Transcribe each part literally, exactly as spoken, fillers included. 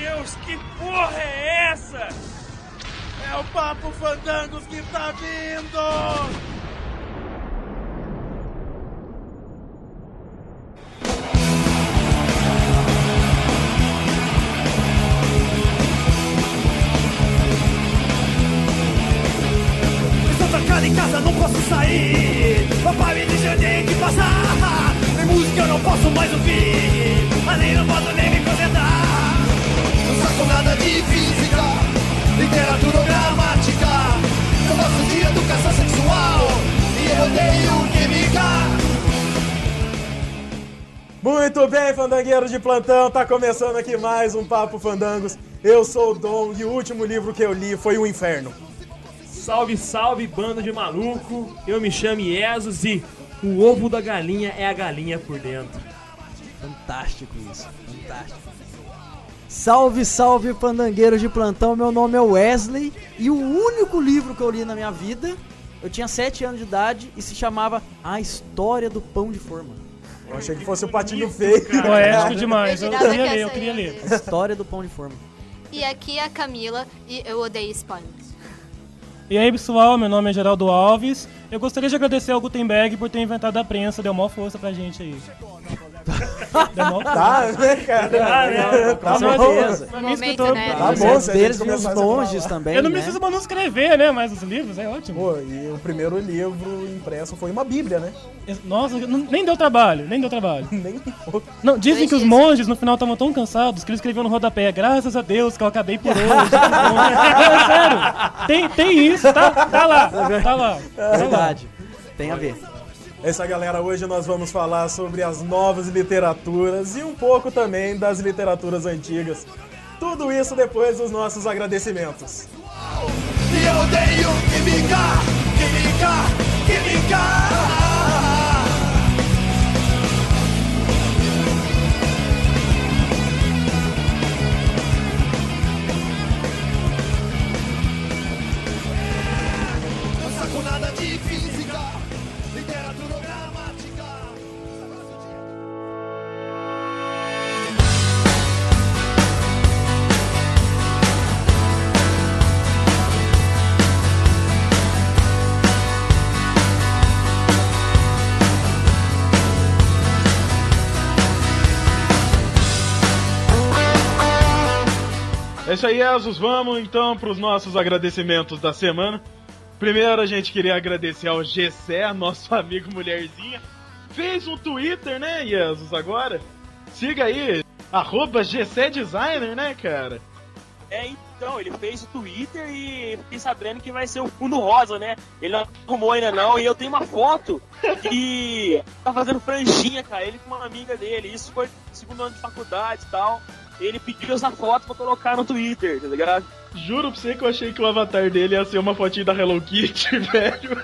Deus, que porra é essa? É o Papo Fandangos que tá vindo! Em casa não posso sair, papai me diz que eu tenho que passar. Tem música eu não posso mais ouvir, mas nem não posso nem me concentrar. Não saco nada de física, literatura ou gramática. Eu gosto de educação sexual e eu odeio química. Muito bem, fandangueiros de plantão, tá começando aqui mais um Papo Fandangos. Eu sou o Dom e o último livro que eu li foi O Inferno. Salve, salve, banda de maluco, eu me chamo Iesus e o ovo da galinha é a galinha por dentro. Fantástico isso, fantástico. Salve, salve, pandangueiros de plantão, meu nome é Wesley e o único livro que eu li na minha vida, eu tinha sete anos de idade e se chamava A História do Pão de Forma. Eu achei que fosse o Patinho Feio. Poético demais, eu, eu queria ler, eu queria ler. A História do Pão de Forma. E aqui é a Camila e eu odeio spoilers. E aí pessoal, meu nome é Geraldo Alves. Eu gostaria de agradecer ao Gutenberg por ter inventado a prensa, deu maior força pra gente aí. Deu maior força. Tá, né, cara? Ah, né? Com certeza. Pra mim, escritor, né? Tá bom, se a gente deles e os começasse a monges falar. também, eu não né? preciso mais não escrever, né? Mas os livros, é ótimo. Pô, e o primeiro livro impresso foi uma bíblia, né? Nossa, não- nem deu trabalho, nem deu trabalho. Nem um pouco. Não, dizem Dois que os dias. monges no final estavam tão cansados que eles escreviam no rodapé, graças a Deus que eu acabei por hoje. Não, é sério, tem, tem isso, tá, tá lá, tá lá. É verdade, tem a ver. Essa galera, hoje nós vamos falar sobre as novas literaturas e um pouco também das literaturas antigas. Tudo isso depois dos nossos agradecimentos. E eu odeio química, química, química. Não saco nada de física, literatura ou gramática. É isso aí, Jesus. Vamos então para os nossos agradecimentos da semana. Primeiro, a gente queria agradecer ao Gessé, nosso amigo mulherzinha. Fez um Twitter, né, Jesus, agora? Siga aí, arroba Gessé Designer, né, cara? É, então, ele fez o Twitter e fiquei sabendo que vai ser o fundo rosa, né? Ele não arrumou ainda não, e eu tenho uma foto que tá fazendo franjinha, cara, ele com uma amiga dele, isso foi no segundo ano de faculdade e tal. Ele pediu essa foto pra colocar no Twitter, tá ligado? Juro pra você que eu achei que o avatar dele ia ser uma fotinha da Hello Kitty, velho.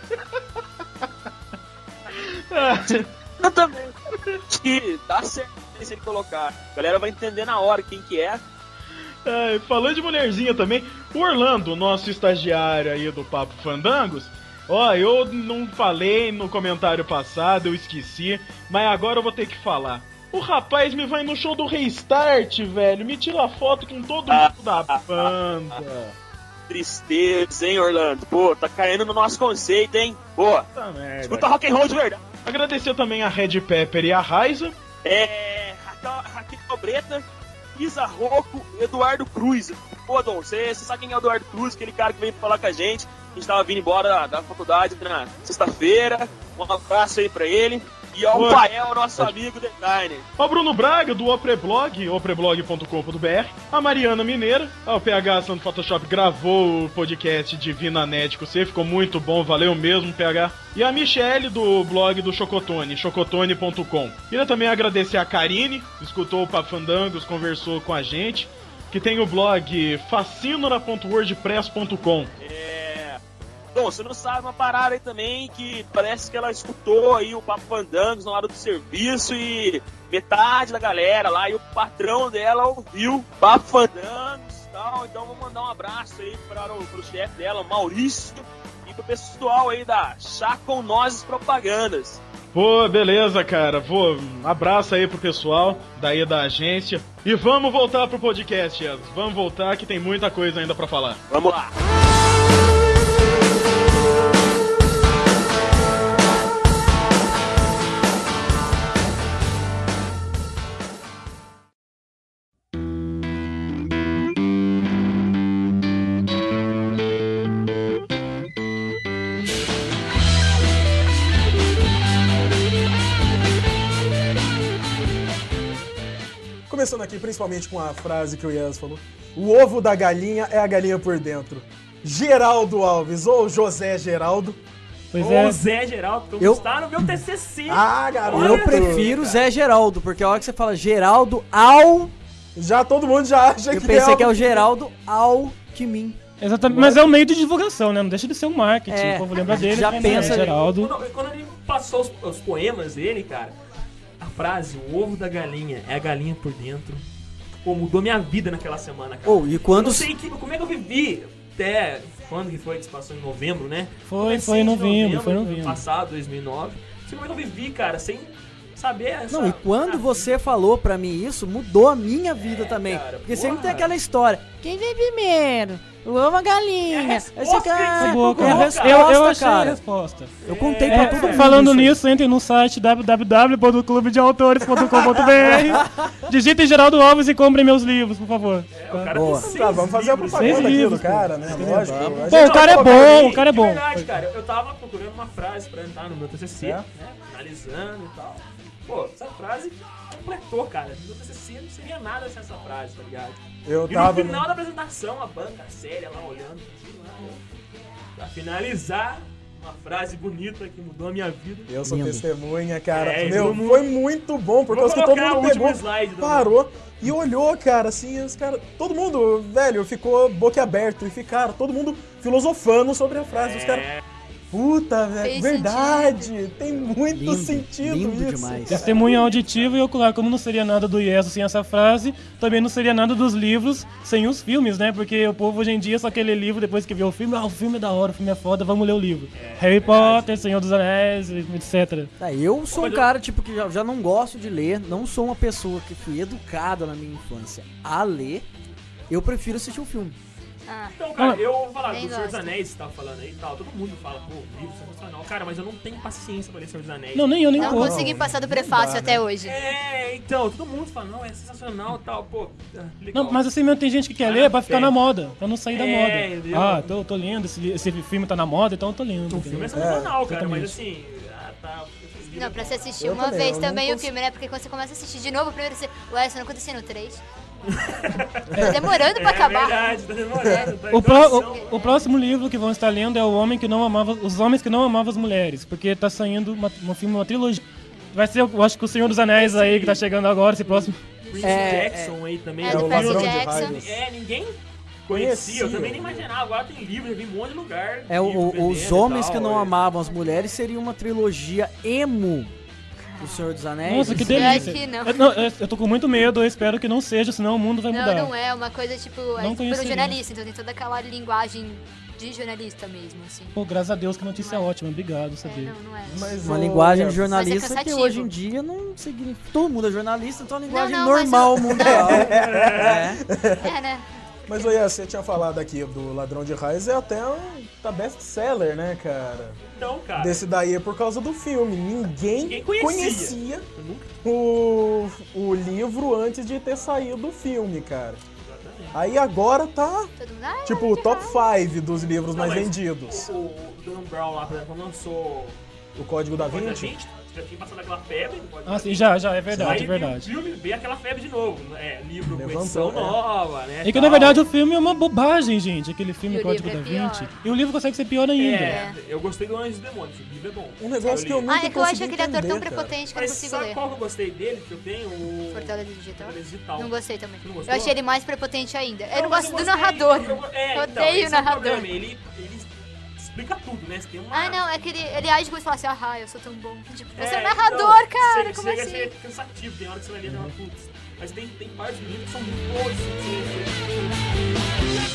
Eu também. Acho que dá certo se ele colocar. A galera vai entender na hora quem que é. É, falando de mulherzinha também, o Orlando, nosso estagiário aí do Papo Fandangos, ó, eu não falei no comentário passado, eu esqueci, mas agora eu vou ter que falar. O rapaz me vai no show do Restart, velho, me tira foto com todo mundo da banda. Tristeza, hein, Orlando? Pô, tá caindo no nosso conceito, hein? Pô, Puta merda. escuta rock and roll de verdade. Agradecer também a Red Pepper e a Raiza. É. Raquel, Raquel Breta, Isa Rocco, Eduardo Cruz. Pô, Dom, você sabe quem é o Eduardo Cruz? Aquele cara que veio falar com a gente. A gente tava vindo embora da, da faculdade na sexta-feira. Um abraço aí pra ele. E ao Boa. Pael, nosso amigo designer. Ao Bruno Braga, do Opreblog, opreblog ponto com ponto b r. A Mariana Mineira. O P H Santo Photoshop gravou o podcast Divina Net com você, ficou muito bom, valeu mesmo, P H. E a Michelle, do blog do Chocotone, chocotone ponto com. Queria também agradecer a Karine, escutou o Papo Fandangos, conversou com a gente, que tem o blog fascinora ponto wordpress ponto com. É... Bom, você não sabe uma parada aí também que parece que ela escutou aí o Papo Fandangos na hora do serviço e metade da galera lá e o patrão dela ouviu Papo Fandangos e tal. Então vou mandar um abraço aí para o pro chefe dela, o Maurício, e pro pessoal aí da Chá com Nozes Propagandas. Pô, beleza, cara. Vou. Abraço aí pro pessoal daí da agência. E vamos voltar pro podcast, Yes. Vamos voltar que tem muita coisa ainda pra falar. Vamos lá. Começando aqui principalmente com a frase que o Yes falou. O ovo da galinha é a galinha por dentro. Geraldo Alves, ou José Geraldo. Pois Ô, é. Zé Geraldo, tu Eu- está no meu T C C. Ah, garoto. Eu prefiro Zé Geraldo, porque a hora que você fala Geraldo Al, Já todo mundo já acha eu que pensei é que é o algo- Geraldo Alckmin. Exatamente, mas é um meio de divulgação, né? Não deixa de ser um marketing. É, O povo lembra dele. já mas pensa- é, Geraldo. Quando, quando ele passou os, os poemas dele, cara, a frase, o ovo da galinha é a galinha por dentro, pô, mudou minha vida naquela semana, cara. Oh, e Eu quando não sei que, como é que eu vivi até quando que foi que se passou em novembro, né? Foi, Comecei foi em de novembro, foi em do novembro. passado, dois mil e nove. Não sei como é que eu vivi, cara, sem saber essa... Não, e quando Ah, você falou pra mim isso, mudou a minha vida É, também. cara, Porque sempre porra. tem aquela história. Quem vem primeiro? O ovo a galinha. É a Aí resposta você, que você cara, Acabou, é a cara. resposta, eu, eu achei a cara. resposta. Eu contei É, pra todo mundo. falando isso aí. nisso, entre no site w w w ponto clube de autores ponto com ponto b r. Digitem Geraldo Alves e comprem meus livros, por favor. É, o cara Boa. tem seis Tá, vamos fazer a livros, propaganda seis aqui livros, do cara, né? Lógico. A Pô, gente o cara é vai bom, colocar o cara é De bom. verdade, cara, eu tava procurando uma frase pra entrar no meu T C C, É? né? Analisando e tal. Pô, essa frase completou, cara. No meu T C C não seria nada sem essa frase, tá ligado? Eu E no tava. final da apresentação, a banca séria lá olhando, assim, lá, né? Pra finalizar, uma frase bonita que mudou a minha vida. Eu sou Lindo. testemunha, cara. É, Meu, todo mundo- foi muito bom, por Vou causa que todo colocar o mundo último pegou, slide do- parou e olhou, cara, assim, os caras. Todo mundo, velho, ficou boquiaberto e ficaram, todo mundo filosofando sobre a frase. Os caras. Puta, velho, Fez verdade. Tem muito Lindo, sentido lindo isso. demais. Testemunha auditiva e ocular. Como não seria nada do Yes sem essa frase, também não seria nada dos livros sem os filmes, né? Porque o povo hoje em dia só quer ler livro depois que vê o filme. Ah, o filme é da hora, o filme é foda, vamos ler o livro. Harry Potter, Senhor dos Anéis, etcétera. Tá, eu sou um Mas eu- cara, tipo, que já, já não gosto de ler, não sou uma pessoa que fui educada na minha infância a ler, eu prefiro assistir um filme. Ah, Então, cara, Ah. eu vou falar Nem do Senhor dos gosto. Anéis, que você tava falando aí e tal. Todo mundo fala, pô, livro sensacional. Cara, mas eu não tenho paciência pra ler Senhor dos Anéis. Não, nem eu, nem não pouco. consegui passar do prefácio dá, até né? hoje. É, então, todo mundo fala, não, é sensacional e tal, pô. ah, legal. Não, mas assim mesmo tem gente que quer ler pra ficar na moda, pra não sair da É, moda. entendeu? Ah, tô, tô lendo, esse, esse filme tá na moda, então eu tô lendo. O filme é entendeu? sensacional, cara, exatamente. mas assim, ah, tá. esses livros Não, pra você assistir Eu uma também, vez eu não também o consigo. filme, né? Porque quando você começa a assistir de novo, primeiro você. Ué, isso não acontecia no três? Tá demorando pra É acabar. verdade, tá demorando. Tá O, em pró- produção. o- o próximo livro que vão estar lendo é o Homem que não amava, Os Homens que não amavam as Mulheres, porque tá saindo uma, um filme, uma trilogia. Vai ser, eu acho que o Senhor dos Anéis aí que tá chegando agora, esse próximo. Prince É, Jackson aí também. É, É do o Percy Ladrão de Jackson. Raios. É, ninguém conhecia, eu Conhecia. também nem imaginava. Agora tem livro, eu vi um monte de lugar. É, o- livro o- vendendo Os e Homens tal, que Não é. Amavam as Mulheres seria uma trilogia emo do Senhor dos Anéis. Nossa, que Eu acho delícia. que não. Eu, não, eu- eu tô com muito medo, eu espero que não seja, senão o mundo vai mudar. Não, não é. Uma coisa tipo. É Não tipo conheceria. jornalista, então tem toda aquela linguagem de jornalista mesmo, assim. Pô, graças a Deus, que notícia ótima, obrigado, É, saber. não, não é. Mas, Uma ô, linguagem de Yes, jornalista que cansativo. hoje em dia não significa. Todo mundo é jornalista, então é uma linguagem não, mas normal eu- mundial. É. É, né? Mas o Yes, você tinha falado aqui do Ladrão de Raios, é até um tá best-seller, né, cara? Então, cara. Desse daí é por causa do filme. Ninguém, Ninguém conhecia. conhecia Eu nunca. o, o livro antes de ter saído o filme, cara. Aí agora tá, Todo mundo. Ah, tipo, o top cinco dos livros Não, mais mas vendidos. O, o Dan Brown lá, por exemplo, quando lançou O Código da o Código da Vinci. Vinci, já tinha passado aquela febre do Código Ah, da sim, Vinci. já, já, é verdade, Aí é veio verdade. o filme, veio aquela febre de novo. É, livro com Levantou, edição é. nova, né? E que tal. na verdade o filme é uma bobagem, gente, aquele filme E o Código livro da é pior. Vinci. E o livro consegue ser pior ainda. É, eu gostei do Anjos e Demônios, o livro é bom. Um negócio que eu li. nunca Ah, é que eu acho consegui aquele ator tão entender, cara. prepotente que eu não Mas consigo sabe ler. qual que eu gostei dele? Que eu tenho o... Fortaleza Digital? Fortaleza Digital. Não gostei também. Não Eu gostou? achei ele mais prepotente ainda. Eu não mas gosto do gostei, narrador. Eu, é, Eu então, odeio esse o narrador. É o problema, ele, ele explica tudo, né? Você tem uma... Ah, não, é que ele, ele age como se falasse, ah, eu sou tão bom. Tipo, você é É, um narrador, então, cara, chega, como chega assim? a ser cansativo, tem hora que você vai ler e fala, putz. Mas tem, tem partes do livro que são muito boas. assim, você-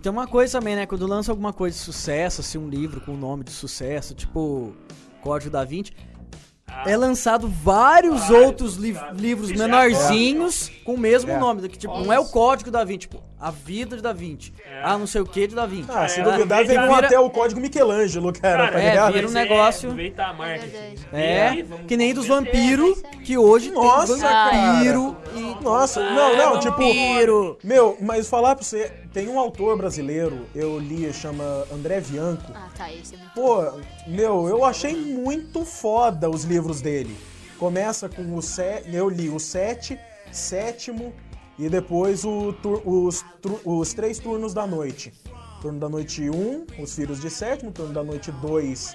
tem uma coisa também, né? Quando lança alguma coisa de sucesso, assim, um livro com um nome de sucesso, tipo Código da Vinci, é lançado vários outros li livros menorzinhos é. com o mesmo é. nome. Que, tipo, não é o Código da Vinci, tipo, a vida de Da Vinci. É. Ah, não sei o que de Da Vinci. Ah, se duvidar, vem vira... até o Código Michelangelo, cara. cara tá é, vira um negócio... É, é que nem dos vampiros, que hoje Nossa, tem vampiro e... Nossa, não, não, tipo... Vampiro. Meu, mas falar pra você, tem um autor brasileiro, eu li, chama André Bianco. Ah, tá, esse é muito Pô, meu, eu achei muito foda os livros dele. Começa com o sé... eu li o sete, sétimo e depois o tur... os, tur... os três turnos da noite. Turno da noite um, Os Filhos de Sétimo, turno da noite dois,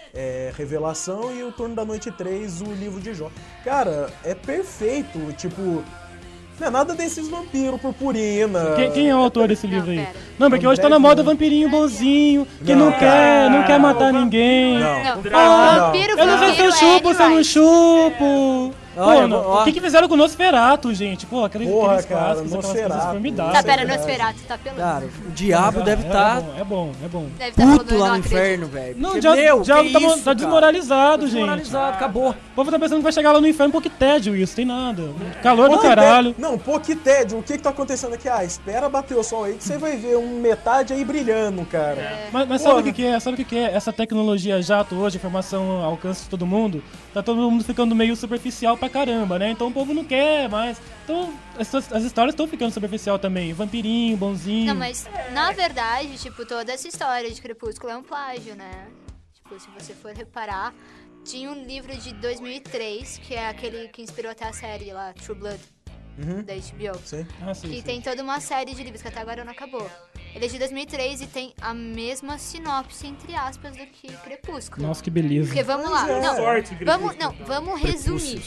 é, Revelação, e o turno da noite três, o Livro de Jó. Cara, é perfeito, tipo... Não é nada desses vampiros, purpurina. Quem, quem é o autor desse livro não, aí? pera. Não, porque hoje tá na moda vampirinho bonzinho, que não, não quer, não quer matar ninguém. Não, não. Ah, vampiro, eu não sei se eu chupo, se eu não chupo. Olha, Pô, o que que fizeram com o Nosferatu, gente? Pô, aqueles, Porra, aqueles cara, clássicos, aquelas coisas Nosferatu. formidáveis. Tá, pera, Nosferatu, tá pelo... Cara, o diabo é, deve é, estar tá... É bom, é bom. Deve tá puto falando, lá não no inferno, acredito. velho. Não, Porque, já, meu, já que tá, isso, tá desmoralizado, tá gente. desmoralizado, acabou. O povo tá pensando que vai chegar lá no inferno, pô, que tédio isso, tem nada. Calor Pô, do que caralho. tédio. Não, pô, que tédio. O que que tá acontecendo aqui? Ah, espera bater o sol aí que você vai ver um metade aí brilhando, cara. É. Mas, mas sabe o que, que é? Sabe o que, que é? Essa tecnologia jato hoje, informação ao alcance de todo mundo, tá todo mundo ficando meio superficial pra caramba, né? Então o povo não quer mais. Então as, as histórias estão ficando superficial também. Vampirinho, bonzinho. Não, mas na verdade, tipo, toda essa história de Crepúsculo é um plágio, né? Tipo, se você for reparar, tinha um livro de dois mil e três, que é aquele que inspirou até a série lá, True Blood, Uhum. da H B O. Sim. Ah, sim, Que sim. tem toda uma série de livros que até agora não acabou. Ele é de dois mil e três e tem a mesma sinopse, entre aspas, do que Crepúsculo. Nossa, que beleza. Porque vamos lá, é. não, Sorte, vamos, não, vamos resumir.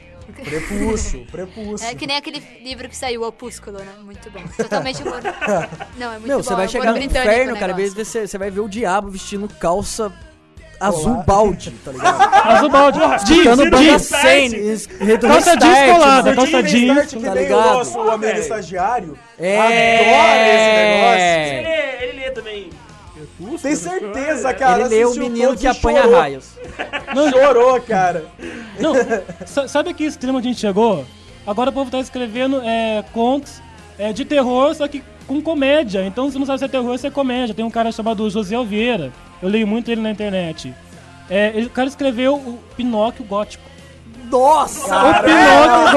Prepúcio, prepúcio. É que nem aquele livro que saiu, Opúsculo, né? Muito bom. Totalmente humor. Não, é muito Meu, bom. você vai é chegar no britânico inferno, o cara, às negócio. vezes você, você vai ver o diabo vestindo calça azul balde, tá ligado? Azul balde. Ficando Jeans, banda jeans. cena, Calça jeans colada, calça Start, jeans. que tá nem ligado? o nosso amigo estagiário. É. Adora esse Ele, negócio. lê- ele lê também. Crepúsculo, Tem essas certeza, coisas. cara. Ele lê o assistiu menino todos que e apanha chorou. raios. Chorou, cara. Não, sa- sabe que extremo a gente chegou? Agora o povo tá escrevendo é, contos é, de terror, só que com comédia. Então você não sabe se é terror ou se é comédia. Tem um cara chamado José Alvieira, eu leio muito ele na internet. É, ele, o cara escreveu o Pinóquio Gótico. Nossa! O Pinóquio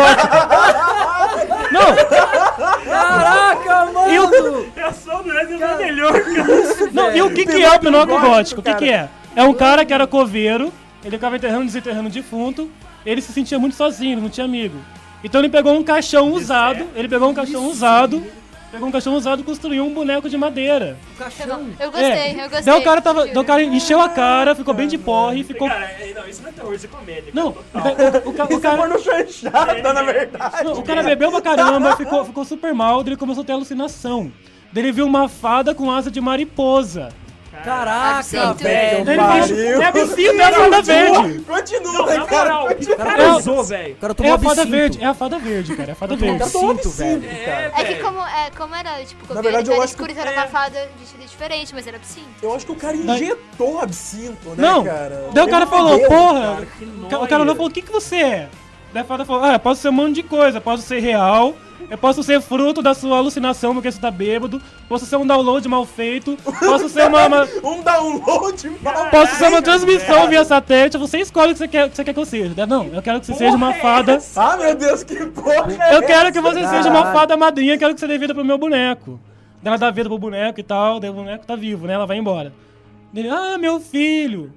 Gótico. Não, Caraca, mano! e o, A reação do Wesley foi melhor, cara. não, e o que, que é o Pinóquio Gótico? O que, que é? É um cara que era coveiro, ele ficava enterrando e desenterrando defunto, ele se sentia muito sozinho, ele não tinha amigo. Então ele pegou um caixão usado, ele pegou um caixão usado, pegou um caixão usado e construiu um boneco de madeira. Eu gostei, É. eu gostei. Daí o cara tava, juro. daí o cara encheu a cara, ficou bem de porre, ficou... Cara, é- não, isso não é terror, isso é comédia. Não, cara, o, total. ca- o, ca- o Isso é cara... porno chanchada, na verdade. Não, o cara bebeu pra caramba, ficou, ficou super mal, daí ele começou a ter alucinação. Daí ele viu uma fada com asa de mariposa. Caraca, Absinto. velho! Daí ele pariu. viu, é absinto, é a fada verde. Continua, Não, na cara. moral, o que o cara É- usou, velho? O cara É tomou a fada absinto. verde, é a fada verde, cara, é a fada Tomou verde. absinto, velho. É, É que velho. como, é, como era, tipo, coveiro, verdade, então eu era acho que- escuro, então era uma fada vestida diferente, mas era absinto. Eu acho que o cara injetou absinto, né, Não, cara? daí o cara Ele falou, bebeu, porra, cara. que o cara nóia. olhou e falou, o que que você é? Daí a fada falou, ah, eu posso ser um monte de coisa, posso ser real, eu posso ser fruto da sua alucinação porque você tá bêbado, posso ser um download mal feito, posso ser uma... uma- Um download mal. Posso ser uma transmissão via satélite, você escolhe o que você quer, o que você quer que eu seja. Daí, não, eu quero que você seja uma fada. Ah, meu Deus, que porra é Eu quero que você seja uma Caralho. fada madrinha, quero que você dê vida pro meu boneco. Daí ela dá vida pro boneco e tal, daí o boneco tá vivo, né? Ela vai embora. Daí Ele, ah, meu filho.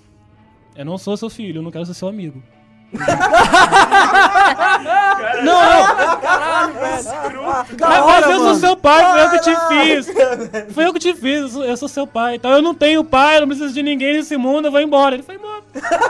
Eu não sou seu filho, eu não quero ser seu amigo. Não, não. Caralho, velho! Mas, Da mas hora, eu sou mano. seu pai, foi eu que te fiz. Foi eu que te fiz, eu sou, eu sou seu pai. Então eu não tenho pai, eu não preciso de ninguém nesse mundo, eu vou embora. Ele foi embora.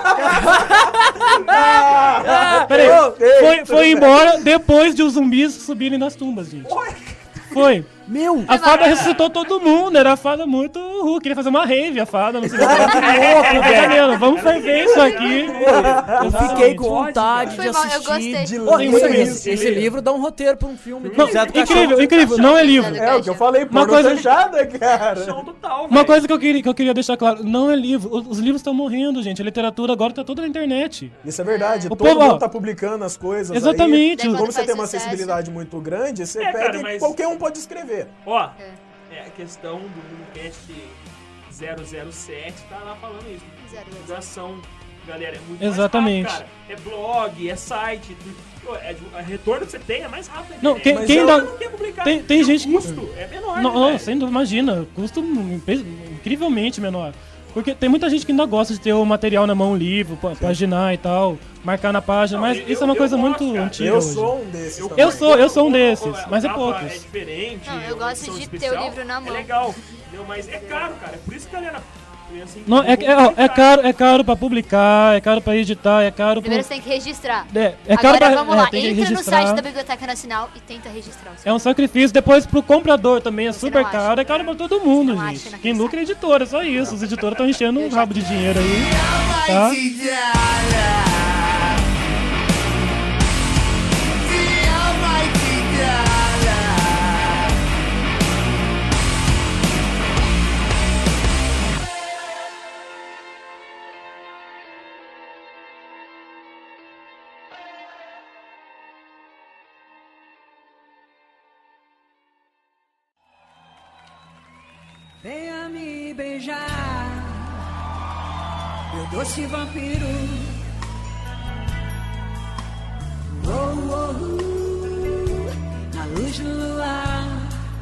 Peraí, foi, foi embora depois de os zumbis subirem nas tumbas, gente. Foi. Meu! A fada ressuscitou todo mundo, era a fada muito uhul, queria fazer uma rave, a fada, não sei o que. Louco, velho. Vamos ferver isso aqui. Eu fiquei com vontade Foi de mal, eu assistir. gostei. De Ô, ler isso aí, isso. esse livro dá um roteiro pra um filme. Não, Zé do Caixão. incrível, incrível. Não é livro. É o que eu falei, Uma porno coisa- chanchada, cara. Chão total, Uma velho. coisa que eu, queria, que eu queria deixar claro, não é livro. Os, os livros estão morrendo, gente. A literatura agora tá toda na internet. Isso é verdade. O Todo povo, mundo ó, tá publicando as coisas Exatamente. Daí aí. Como quando você faz tem uma sucesso- sensibilidade muito grande, você É, pega cara, e mas- qualquer um pode escrever. Ó, é a questão do Minecast zero zero sete, tá lá falando isso. Zero, zero. Divulgação, galera, é muito Exatamente. mais rápido, cara. É blog, é site, tudo. É, o retorno que você tem é mais rápido. Não, né? quem- Mas quem eu dá- não quero publicar. tem- tem E o gente que- custo é menor, Não, né, não, velho? sem dúvida, imagina, custo impe- incrivelmente menor. Porque tem muita gente que ainda gosta de ter o material na mão, livro, pa- paginar e tal, marcar na página, Não, mas eu- isso é uma eu coisa gosto, muito cara. antiga Eu hoje. sou um desses Eu- também. Eu sou, eu sou um O- desses, o- mas é a capa poucos. É diferente. Não, eu a gosto edição de ter especial o livro na mão. É legal, entendeu? Mas é caro, cara. É por isso que a galera pensa em Não, é, é, ó, é caro, é caro pra publicar, é caro pra editar, é caro pra... Primeiro você tem que registrar. É, é caro Agora pra... vamos é, lá, tem que entra no registrar. site da Biblioteca Nacional e tenta registrar o seu. É um sacrifício. Depois pro comprador também é Você super não acha. caro, é caro pra todo mundo, Você não acha gente. naquele Quem lucra é a editora, só isso. Os editores estão enchendo um rabo de dinheiro aí. Tá? Venha me beijar, meu doce vampiro. Oh, oh, uh, na luz do luar.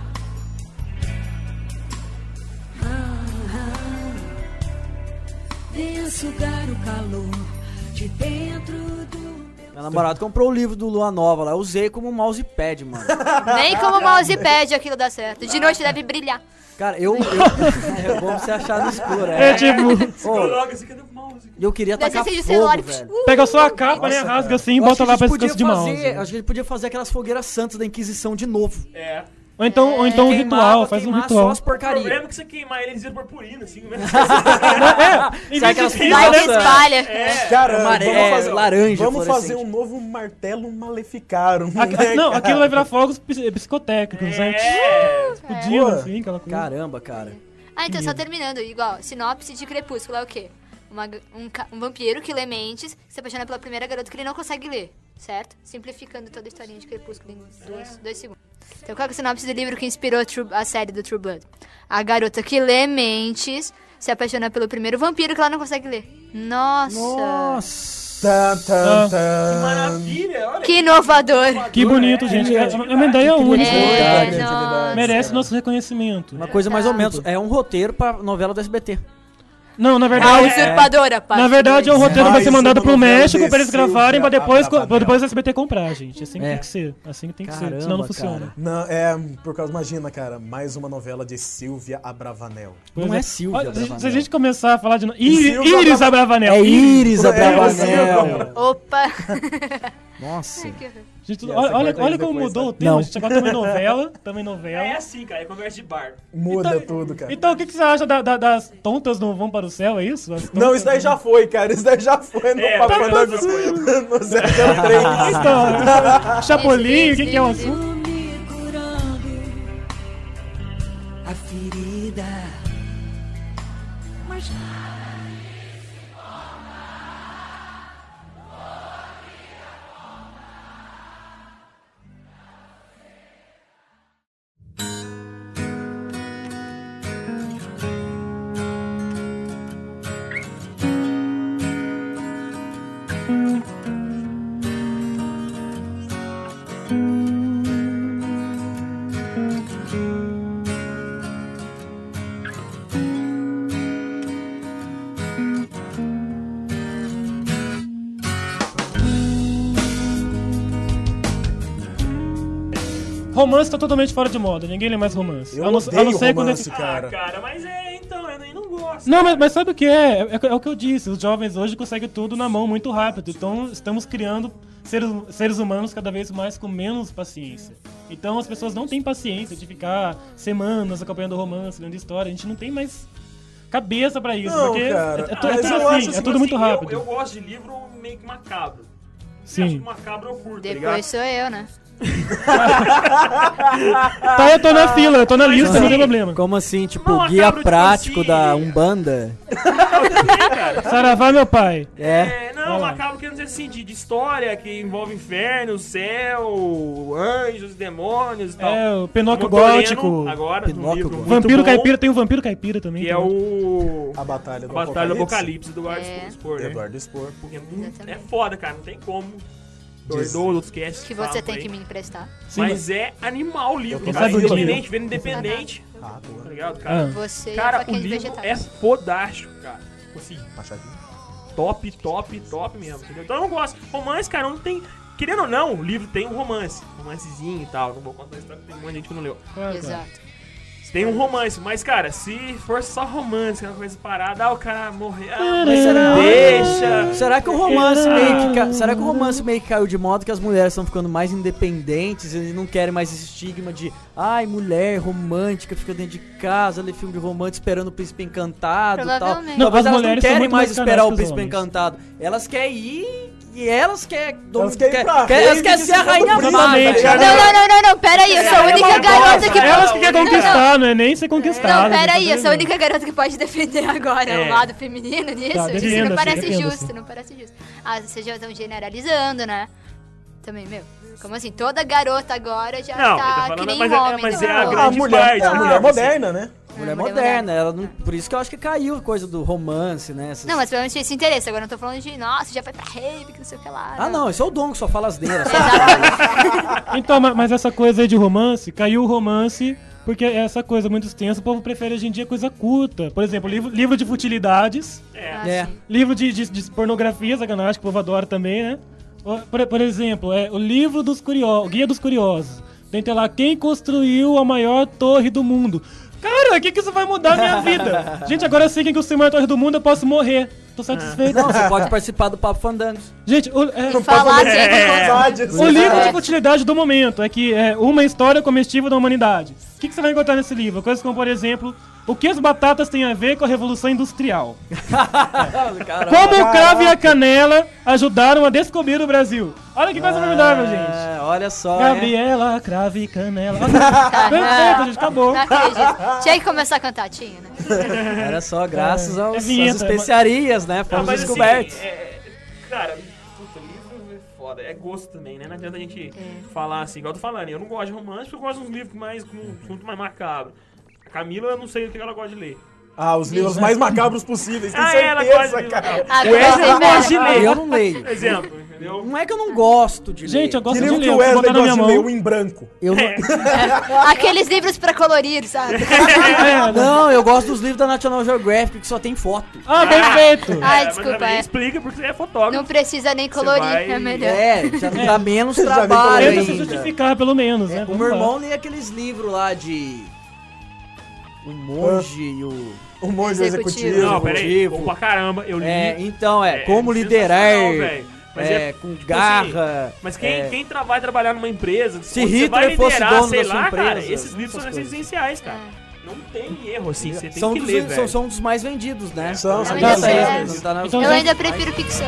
Ah, ah. Venha sugar o calor de dentro do meu. Meu namorado comprou o livro do Lua Nova lá, eu usei como mousepad, mano. Nem como mousepad aquilo dá certo. De noite deve brilhar. Cara, eu. eu é bom você achar no escuro, é. É tipo, Ô, Coloca assim, cadê o mouse? eu queria Daí tacar você acende o fogo, celular e... velho. Uh, pega só a capa, né, rasga assim e Eu acho bota que lá a pra gente podia esquecer de mouse. fazer, acho que a gente podia fazer aquelas fogueiras santas da Inquisição de novo. É. Ou então, ou então um Queimava, ritual, faz um queimar ritual. só as O problema porcarias. é que você queimar ele, eles viram purpurina, assim. Né? É, em Sabe vez aquelas de fitas, Vai que né? espalha. Cara, Amare- vamos é, fazer, laranja vamos fazer fluorescente. um novo martelo maleficarum. Aqui- né, não, cara? aquilo vai virar fogos psi- psicotécnicos, né? É. Explodindo, Pô. assim, aquela coisa. Caramba, cara. Ah, então só terminando, igual, sinopse de Crepúsculo é o quê? Uma g- um, ca- um vampiro que lê mentes, se apaixona pela primeira garota que ele não consegue ler, certo? Simplificando toda a historinha de Crepúsculo em dois, dois segundos. Então qual é a sinopse do livro que inspirou True- a série do True Blood? A garota que lê mentes se apaixona pelo primeiro vampiro que ela não consegue ler. Nossa! Nossa. Tan, tan, Ah. tan. Maravilha, olha. Que inovador! Que bonito, gente. É, é uma ideia única. É, criatividade. nossa. Merece nosso reconhecimento. Uma coisa mais ou menos. É um roteiro pra novela do S B T. Não, na A verdade. usurpadora, parte Na verdade, é um dois. roteiro vai ser Mais mandado uma pro novela México de pra eles gravarem, pra Silvia depois, Abravanel. pra depois o S B T comprar, gente. Assim que É. tem que ser. Assim que tem que ser. Caramba, Senão não funciona. cara. Não, é, por causa, imagina, cara, mais uma novela de Silvia Abravanel. Pois Não é Silvia Olha, se- Abravanel. Se a gente começar a falar de. no- Silvia Iris, Iris Abravanel. É Iris É, Abravanel. Opa! Nossa. Que horror. Gente, E essa olha, olha, corta olha aí como depois, mudou tá? o tema. Não. A gente agora também novela. Também novela. É assim, cara, é conversa de bar. Muda Então- tudo, cara. Então, o que, que você acha da- da- das tontas não vão para o céu? É isso? As Não, tontas isso daí já foi, cara. Isso daí já foi no É, Papai tá Noel passando. no zero zero três. Então, Chapolin, o que, que é o Esse assunto? Me curando a ferida. Mas Romance tá totalmente fora de moda. Ninguém lê mais romance. Eu A não- a odeio não ser quando romance, esse- cara. Ah, cara, mas é, então, eu nem não gosto. Não, mas, mas sabe o que é? É? É o que eu disse. Os jovens hoje conseguem tudo na mão muito rápido. Então, estamos criando seres, seres humanos cada vez mais com menos paciência. Então as pessoas não têm paciência de ficar semanas acompanhando romance, lendo história. A gente não tem mais cabeça pra isso. Não, porque cara, é, é, mas tudo eu assim, acho é assim, tudo muito Assim, rápido. Eu, eu gosto de livro meio que macabro. Sim. Acho que macabro eu curto, tá ligado? Depois sou eu, né? Tá, eu tô na fila, eu tô na lista, não tem problema. Como assim, tipo, Não, guia macabro, tipo prático assim, da Umbanda? Saravá, meu pai. É. É, não, macabro quer dizer assim, de, de história que envolve inferno, céu, anjos, demônios e tal. É, o Pinóquio Eu tô lendo Gótico. Agora, Pinóquio um livro Gótico. muito Vampiro bom, Caipira, tem o Vampiro Caipira também. que é tem. o... A Batalha do A Batalha do Apocalipse. Apocalipse do Eduardo É. Spor, né? Eduardo Spor. Porque é, muito, é Exatamente. foda, cara, não tem como. Diz- Perdoa os outros casts Que falam você tem aí. que me emprestar. Sim, Mas é animal o livro, Eu tô cara. na fila. Independente, vendo independente. Ah, boa. Tá ligado, cara? Ah. Você e a Cara, o faquinha de livro é vegetais. fodástico, cara. Tipo assim, Machadinho. top, top, top mesmo, entendeu? Então eu não gosto. Romance, cara, não tem... Querendo ou não, o livro tem um romance. Romancezinho e tal. Não vou contar a história porque tem um monte de gente que não leu. Claro, cara. Exato. Tem um romance, mas, cara, se for só romance, aquela coisa parada, ah, o cara morreu, ah, Mas mas será, deixa. será que o romance meio que ca- será que o romance meio que caiu de modo que as mulheres estão ficando mais independentes e não querem mais esse estigma de ai, mulher romântica, fica dentro de casa, lê filme de romance esperando o príncipe encantado e tal. Provavelmente. Não, Talvez as elas não mulheres são querem muito mais mais esperar canais o que os príncipe homens. encantado. Elas querem ir e elas querem Elas querem ir pra quer, elas rave querem de ser a Santa rainha Cruz. má, Exatamente. velho. Não, não, não, não, não, pera aí, eu sou a única uma garota bosta, que né? Elas que querem conquistar, não é nem ser conquistada. Não, pera aí, eu tá sou a vendo? única garota que pode defender agora É. o lado feminino nisso. Tá, Isso defenda-se, não parece defenda-se. justo, não parece justo. Ah, vocês já estão generalizando, né? Também, meu, como assim? Toda garota agora já Não, ele tá tá falando, que nem mas um é- homem. mas né? é a Não. A grande mulher, parte, é a né? mulher Assim, moderna, né? Mulher mulher moderna, ela não, por isso que eu acho que caiu a coisa do romance, né? essas- Não, mas pelo menos tinha esse interesse. Agora eu não tô falando de, nossa, já foi pra rave, que não sei o que lá. Ah, não, esse é o Dom que só fala as neiras. Exatamente. Então, ma- mas essa coisa aí de romance, caiu o romance porque é essa coisa muito extensa, o povo prefere hoje em dia coisa curta. Por exemplo, livro, livro de futilidades, Ah, É. sim. livro de, de, de pornografia, sacanagem, que o povo adora também, né? O- Por, por exemplo, é o livro dos curiosos, Guia dos Curiosos. Tem lá, quem construiu a maior torre do mundo. Cara, o que, que isso vai mudar a minha vida? Gente, agora eu sei quem construiu a maior torre do mundo, eu posso morrer. Tô satisfeito. Não, você pode participar do Papo Fandangos. Gente, o, é, E falar de Verdades. o livro de futilidade do momento é que é uma história comestível da humanidade. O que, que você vai encontrar nesse livro? Coisas como, por exemplo, o que as batatas têm a ver com a Revolução Industrial? Como o cravo e a canela ajudaram a descobrir o Brasil? Olha que coisa formidável, gente. É, olha só. é. Gabriela, cravo e canela. Perfeito, gente, acabou. Não acredito. Tinha que começar a cantar, tinha, né? Olha só, graças É, aos, é às vinheta, especiarias, né? Não, Fomos mas descobertos. assim, é, cara, puta, livro é foda. É gosto também, né? Não adianta a gente falar assim, igual eu tô falando. Eu não gosto de romance porque eu gosto de uns livros mais, com um assunto mais macabro. A Camila, eu não sei o que ela gosta de ler. Ah, os livros mais macabros possíveis, tenho Ah, ela certeza, gosta de- cara. Ah, O Wesley mas- gosta de ler. Eu não leio. Exemplo, entendeu? Não é que eu não gosto de ler. Gente, eu gosto Que de livro ler, que o vou Wesley botar na gosta minha de ler? mão. O em branco. Eu não... Aqueles livros pra colorir, sabe? É, né? Não, eu gosto dos livros da National Geographic que só tem foto. Ah, perfeito. Ai, É, mas desculpa, também é. Explica porque você é fotógrafo. Não precisa nem colorir, vai- é melhor. É, já não dá menos Já me trabalho Tenta se ainda. justificar, pelo menos, né? É, o Vamos meu lá. irmão lê aqueles livros lá de... O monge e o... O monge Executivo. executivo. Não, peraí. Motivo. Bom pra caramba, eu li. É, então, é, É, como é liderar, sensacional, velho. Mas é, é, com tipo garra. assim, mas quem, é, quem tra- vai trabalhar numa empresa, Se onde você Hitler vai fosse liderar, dono sei da sua lá, cara, empresa, esses livros são essas coisas. essenciais, cara. Não tem erro, assim, você tem são, que dos, ler, são, velho. são dos mais vendidos, né? São, são Não, mas das é- séries. Não tá na- Então, Eu já- ainda prefiro ficção.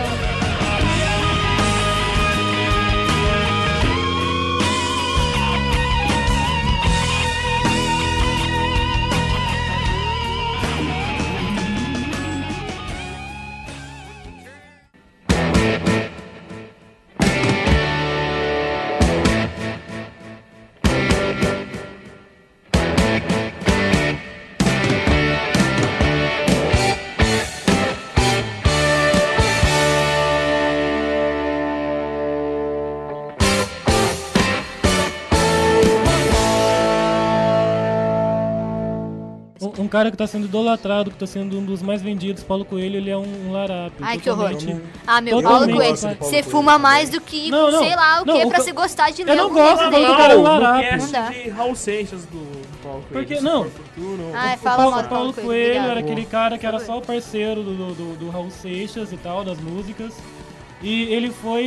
Um, um cara que tá sendo idolatrado, que tá sendo um dos mais vendidos, Paulo Coelho, ele é um, um larápio. Ai, que horror. totalmente- Ah, meu, Totalmente. Paulo Coelho, gosto de Paulo você Coelho. fuma mais do que, Não, não. sei lá, o Não, que o pra ca- você gostar de ler Eu não algum gosto livro quando o dele. cara é um Não, larápio. no Não dá. cast de Raul Seixas do do Paulo Coelho. Porque- se não. for futuro. Ai, O fala Paulo, mal do Paulo Paulo Coelho Coelho, era obrigado. aquele cara que era só o parceiro do, do, do Raul Seixas e tal, das músicas. E ele foi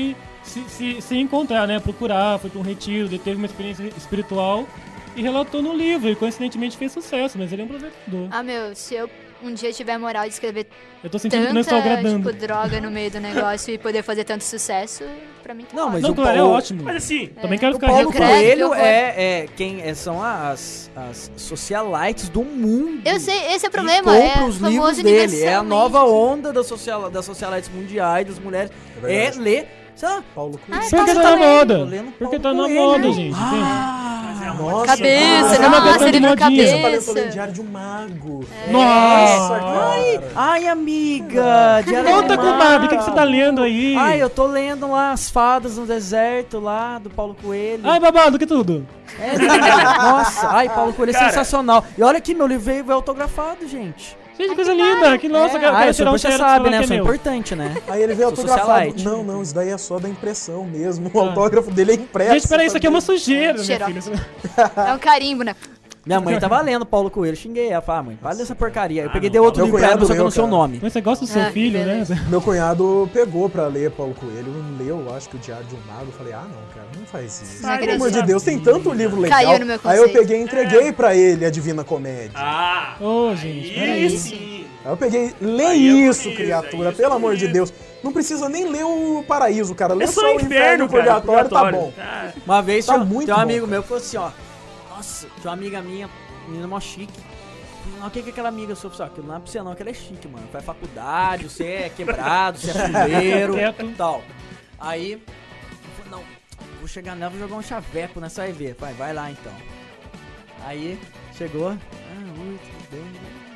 se, se, se encontrar, né? Procurar, foi pra um retiro, ele teve uma experiência espiritual e relatou no livro. E coincidentemente fez sucesso, mas ele é um aproveitador. Ah, meu, se eu um dia tiver moral de escrever Eu tô sentindo que não estou tanta, agradando. tipo, droga no meio do negócio e poder fazer tanto sucesso, pra mim tá Não, mas Não, o claro, é Paulo- ótimo. Mas assim, Também quero O ficar Paulo rico. credo, Coelho que horror. é, é quem é- são as, as socialites do mundo. Eu sei, esse é o E problema, compra é os famoso livros dele. É a universalmente. nova onda das, social, das socialites mundiais, das mulheres. É É, verdade. ler. Sei lá. Paulo Ai, Coelho. Porque Paulo tá na Coelho. moda. Tô lendo Porque Paulo tá na Coelho. moda, gente. entende? Ah, Nossa, Cabeça, cara. É uma nossa, questão de livro modinha. Você tá lendo cabeça. também Diário de um Mago. Nossa! Nossa, cara. Ai, amiga. Diário Conta, do comadre, o que, que Mago. você tá lendo aí? Ai, eu tô lendo lá As Fadas no Deserto, lá, do Paulo Coelho. Ai, babado, que tudo? É lindo. Nossa, ai, Paulo Coelho é Cara. sensacional. E olha aqui, meu livro veio, veio autografado, gente. Gente, que coisa linda. Que nossa, é, quero, ah, quero eu tirar um você cheiro sabe, falar né? que Eu é sou meu. importante, né? Aí ele veio Sou autografado. socialite. Não, não, isso daí é só da impressão mesmo. O Ah. autógrafo dele é impresso. Gente, peraí, isso aqui é uma sujeira, minha Xerox. filha. É um carimbo, né? Minha mãe tava lendo Paulo Coelho, xinguei ela. Falei, ah, mãe, para dessa porcaria. Eu Ah, peguei não, de outro meu livro pra ela, cunhado só que eu não leu, sei o cara. nome. Mas você gosta do seu Ah, filho, né? beleza. Meu cunhado pegou pra ler Paulo Coelho, leu, acho que o Diário de um Mago. Eu falei, ah, não, cara, não faz isso. Não Pelo amor de acredito. Deus, tem tanto livro legal. Caiu no meu Aí eu conceito. peguei e entreguei pra ele a Divina Comédia. ah, Ô, gente, aí peraí. sim. Aí eu peguei, lê Aí é isso, bonito, criatura, aí é pelo amor de bonito. Deus. Não precisa nem ler o Paraíso, cara. Lê É só o inferno, o cara. Purgatório, tá bom. Ah, Uma vez Tá tinha, muito tem um bom, amigo cara. meu que falou assim, ó. Nossa, tinha uma amiga minha, menina mó chique. Não, o que que é aquela amiga sua? Falei, aquilo não é pra você não, que ela é chique, mano. Faz faculdade, você é quebrado, você é fuleiro Quieto. e tal. Aí, eu falei, não, vou chegar nela, vou jogar um chaveco nessa vai ver. Vai, vai lá então. Aí, chegou. Ah, oi, tudo bem?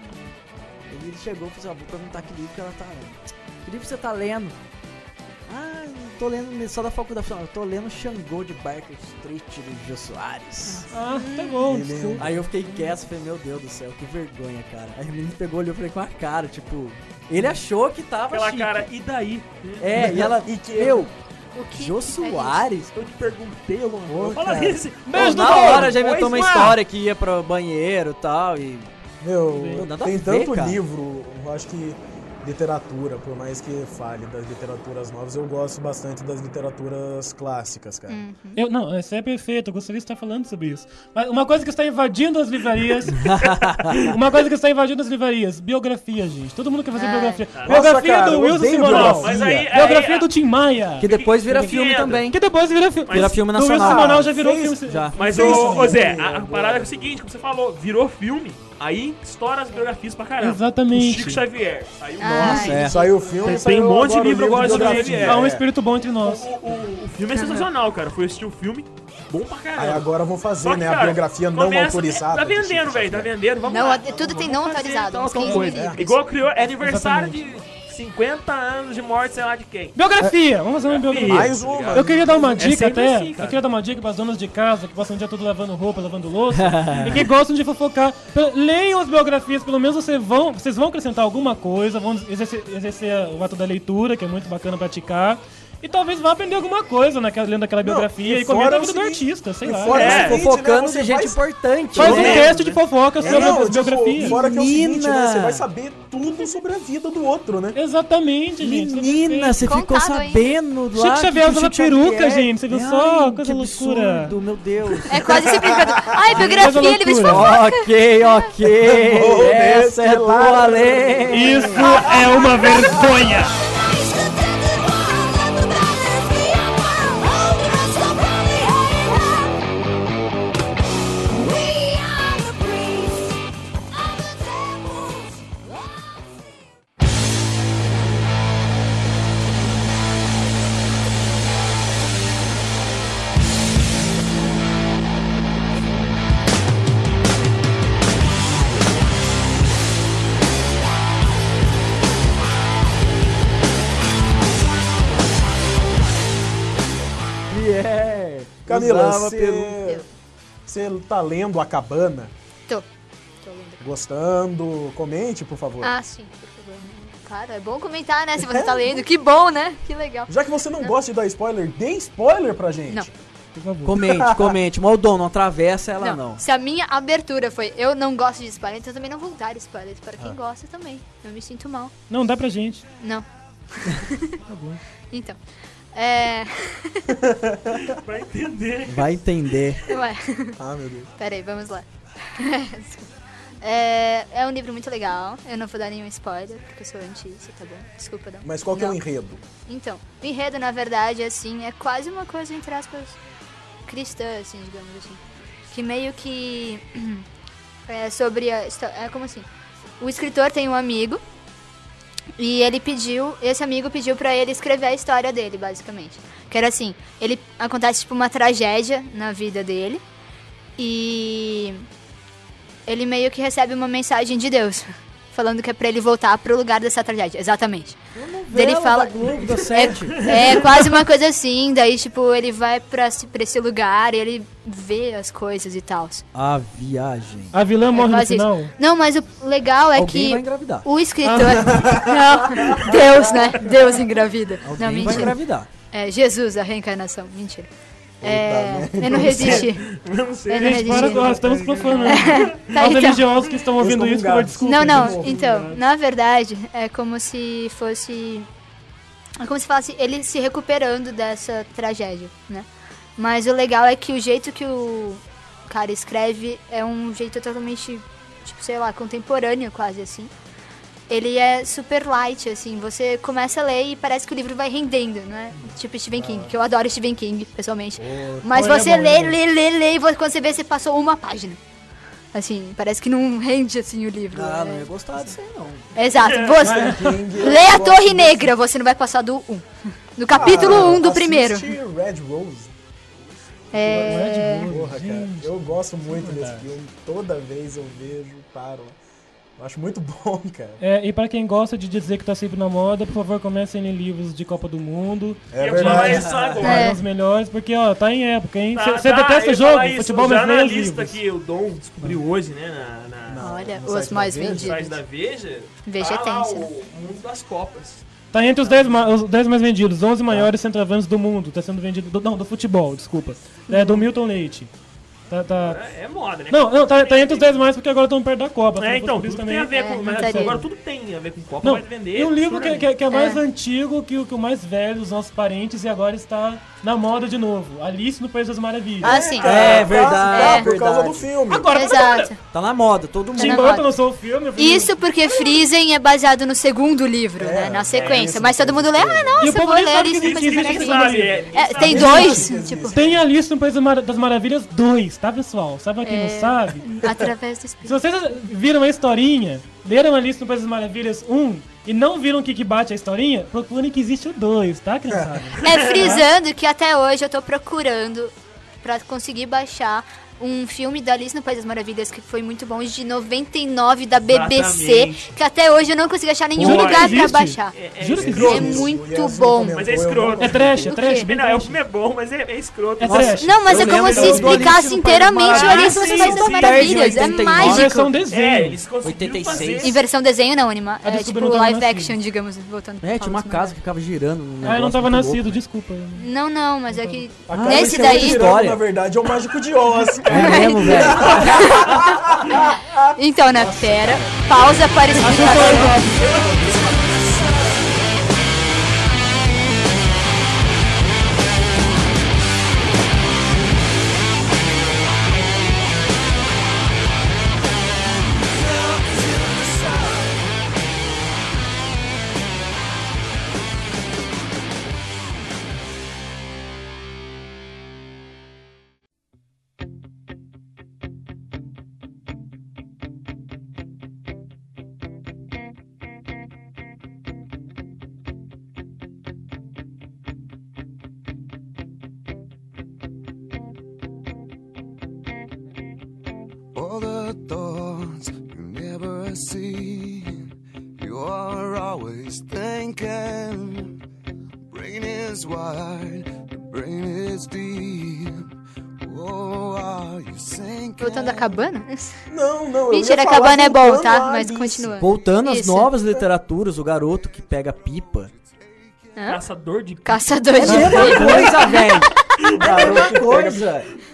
Aí ele chegou e falou assim, ó, vou perguntar que livro que ela tá lendo. Que livro você tá lendo? Ah, não tô lendo só da faculdade. Eu tô lendo Xangô de Barker Street do Jô Soares. Ah, tá bom. Ele- desculpa. Aí eu fiquei quieto, falei, meu Deus do céu, que vergonha, cara. Aí o menino pegou ali, eu falei com a cara, tipo, ele achou que tava aquela chique. cara, e daí? É, e ela, E que- meu, O que Jô é isso? Soares? Eu te perguntei alguma coisa. Fala cara. isso. Beijo na Paulo, hora já inventou uma pois vá. história que ia pro banheiro e tal, e... Meu, Nada a tem ver, tanto cara. livro, eu acho que literatura, por mais que fale das literaturas novas, eu gosto bastante das literaturas clássicas, cara. Hum. Eu, não, isso é perfeito, eu gostaria de estar falando sobre isso. Mas uma coisa que está invadindo as livrarias. uma coisa que está invadindo as livrarias: biografia, gente. Todo mundo quer fazer Ai. biografia. Nossa, biografia cara, do eu Wilson odeio Simonal. biografia. Mas aí, Biografia aí, do Tim Maia. Que depois vira que filme entra? também. Que depois vira filme. Vira filme Do Wilson nacional. Simonal já virou Fez- filme. Já. Mas, Fez ô, isso ô Zé, também, a, a agora. parada é o seguinte, como você falou, virou filme, aí estoura as biografias pra caramba. Exatamente. O Chico Xavier, saiu Ai. Nossa, é. Saiu o filme, Tem- saiu tem um monte de agora o livro agora sobre biografia. ele, Há um É. espírito bom entre O, nós. o- o filme é sensacional, cara. Fui assistir o filme, bom pra caramba. Aí agora vão fazer, Só que, né, cara, a biografia não começa- autorizada. Tá do Chico vendendo, velho, tá Xavier. vendendo. Vamos Não, lá. tudo tem Vamos não fazer, autorizado, então, uns tal quinze coisa. livros. Igual criou é aniversário Exatamente. de cinquenta anos de morte, sei lá de quem. Biografia! Vamos fazer uma biografia. Mais uma. Eu queria dar uma dica sempre até. assim, cara. eu queria dar uma dica para as donas de casa que passam o dia todo lavando roupa, lavando louça e que gostam de fofocar. Pe- Leiam as biografias, pelo menos vocês vão, vocês vão acrescentar alguma coisa, vão exercer, exercer o ato da leitura, que é muito bacana praticar. E talvez vá aprender alguma coisa naquela, lendo aquela biografia e e comenta fora a o vida do seguinte- artista, sei e lá. fora É, o seguinte, né, Fofocando você de gente vai- importante. Faz um né? teste de fofoca É, sobre não, a tipo, biografia. fora que é o seguinte, né? Menina. Você vai saber tudo sobre a vida do outro, né? Exatamente, gente. Menina, você ficou Contado ainda. sabendo lá Chico que Xavier o usava Chico Xavier- peruca, gente, você viu só? Ai, Coisa que loucura. absurdo, meu Deus. É quase se brincando. Ai, biografia, Coisa livro de loucura. fofoca. Ok, ok. Vou Essa é nesse tua lado. lei. Isso é uma vergonha. Yeah. Camila, Usava você peruca. você tá lendo A Cabana? Tô. Tô lendo. Gostando? Comente, por favor. Ah, sim, por favor. Claro, é bom comentar, né? Se você tá lendo. Que bom, né? Que legal. Já que você não gosta de dar spoiler, dê spoiler pra gente. Não. Por favor. Comente, comente. Moldon, não atravessa ela não. Se a minha abertura foi eu não gosto de spoiler, então eu também não vou dar spoilers para quem gosta também. Eu me sinto mal. Não, dá pra gente. Não. Tá bom. Então. É... Vai entender. Vai entender. Ué. Ah, meu Deus. Pera aí, vamos lá. é, é um livro muito legal. Eu não vou dar nenhum spoiler, porque eu sou anti isso, tá bom? Desculpa, não. Mas qual que é o Não. enredo? Então, o enredo, na verdade, assim, é quase uma coisa, entre aspas, cristã, assim, digamos assim. Que meio que é sobre a história... É como assim? O escritor tem um amigo e ele pediu... Esse amigo pediu pra ele escrever a história dele, basicamente. Que era assim, ele acontece, tipo, uma tragédia na vida dele e ele meio que recebe uma mensagem de Deus falando que é pra ele voltar pro lugar dessa tragédia. Exatamente. Daí ele fala... Da Globo, da Sete. É quase uma coisa assim, daí tipo, ele vai pra, pra esse lugar e ele vê as coisas e tal. A viagem. A vilã É morre no quase isso. final. Não, mas o legal é Alguém que vai engravidar. o escritor... Não, Deus, né? Deus engravida. Alguém Não, vai mentira. engravidar. É, Jesus, a reencarnação. Mentira. É, eu não resisti. Não sei. Eu não Gente, para resisti. agora, estamos profanando. Tá, Aos então. religiosos que estão ouvindo isso, por desculpa. Não, não, de novo, então, na verdade, é como se fosse... É como se falasse ele se recuperando dessa tragédia, né? Mas o legal é que o jeito que o cara escreve é um jeito totalmente, tipo, sei lá, contemporâneo quase, assim. Ele é super light, assim, você começa a ler e parece que o livro vai rendendo, né? Tipo Stephen King, que eu adoro Stephen King, pessoalmente. Mas Olha, você é bom, lê, é bom. lê, lê, lê, e você- quando você vê, você passou uma página. Assim, parece que não rende, assim, o livro. Ah, é. não ia gostar disso aí, não. Exato, você... King, eu Lê a gosto Torre muito. Negra, você não vai passar do um. Do capítulo Ah, um do assiste primeiro. Red Rose. É... Porra, cara, eu gosto muito desse filme. Toda vez eu vejo, paro. Eu acho muito bom, cara. É, e pra quem gosta de dizer que tá sempre na moda, por favor, comecem a ler livros de Copa do Mundo. É Eu ia falar verdade. isso agora. É. Os melhores, porque, ó, tá em época, hein? Tá, Você tá, eu detesta ia jogo, falar isso, futebol, o mas leia os jornalista livros. que o Dom descobriu hoje, né, na, na, Olha, no os site mais da Veja? no site vendidos. da Veja, Veja tá tem, lá sim. o mundo das Copas. Tá entre os dez ma- os dez mais vendidos, onze maiores centroavantes do mundo. Tá sendo vendido. Do, não, do futebol, desculpa. É do Milton Leite. Tá, tá... É, é moda, né? Não, não, tá, tá entre os dez mais porque agora estão perto da Copa. É, Se então, não fosse tudo por tem isso a ver É, com... não mas estaria. agora tudo tem a ver com Copa, Não, vai vender. e um livro que, que, que é mais É. antigo que o, que o mais velho dos nossos parentes e agora está na moda de novo. Alice no País das Maravilhas. Ah, sim. É verdade, Tá, é por causa verdade. do filme. Agora, Exato. Tá na moda, todo mundo. Tim na Burton moda. lançou o filme. eu fui- Isso porque Friesen é baseado no segundo livro, né? Na sequência. Mas todo mundo lê, ah, E o nossa, eu povo vou nem ler sabe Alice que no País das existe, Maravilhas. sabe? É, É, tem dois, tipo, Tem Alice no País das Mar- das Maravilhas dois, tá, pessoal? Sabe pra quem É. não sabe? através do Se espírito. vocês viram a historinha, leram Alice no País das Maravilhas um e não viram o que, que bate a historinha, procurem que existe o dois, tá, criançada? É, frisando que até hoje eu tô procurando pra conseguir baixar um filme da Alice no País das Maravilhas que foi muito bom, de noventa e nove da B B C, Exatamente. que até hoje eu não consegui achar nenhum Jura que lugar pra existe? baixar. É, é Juro que escroto. É existe. muito O Yasmin bom. comentou, Mas é eu escroto. não É trash, é O trash, quê? bem Não, é, o trash. filme é bom, mas é, é escroto. É Nossa, trash. Não, mas Eu é como lembro se do explicasse Alice no País das inteiramente o Alice no Maravilhas. País das Sim, sim. Maravilhas. É oitenta e nove. A mágico. versão desenho. É, eles conseguiram oitenta e seis. fazer. Em versão desenho não, anima. Ah, É desculpa, tipo eu não tava live nascido. action, digamos, voltando pra É, tinha uma Paulo casa que ficava girando. Um Ah, eu negócio não tava muito nascido, louco. desculpa. Não, não, mas é que A cara nesse que daí... eu tirando, História. na verdade, é o Mágico de Oz. É mesmo, velho. Então, né, pera, pausa para explicar. All the thoughts you never see, you are always thinking. Brain is wide, the brain is deep. Oh, are you sinking? Voltando à cabana? Não, não. eu Mentira, ia a falar cabana é bom, voltando tá? a Mas Alice. continua. Voltando às Isso. novas literaturas, o garoto que pega pipa. Hã? Caçador de... Caçador de Mesma coisa, velho. Garoto, coisa.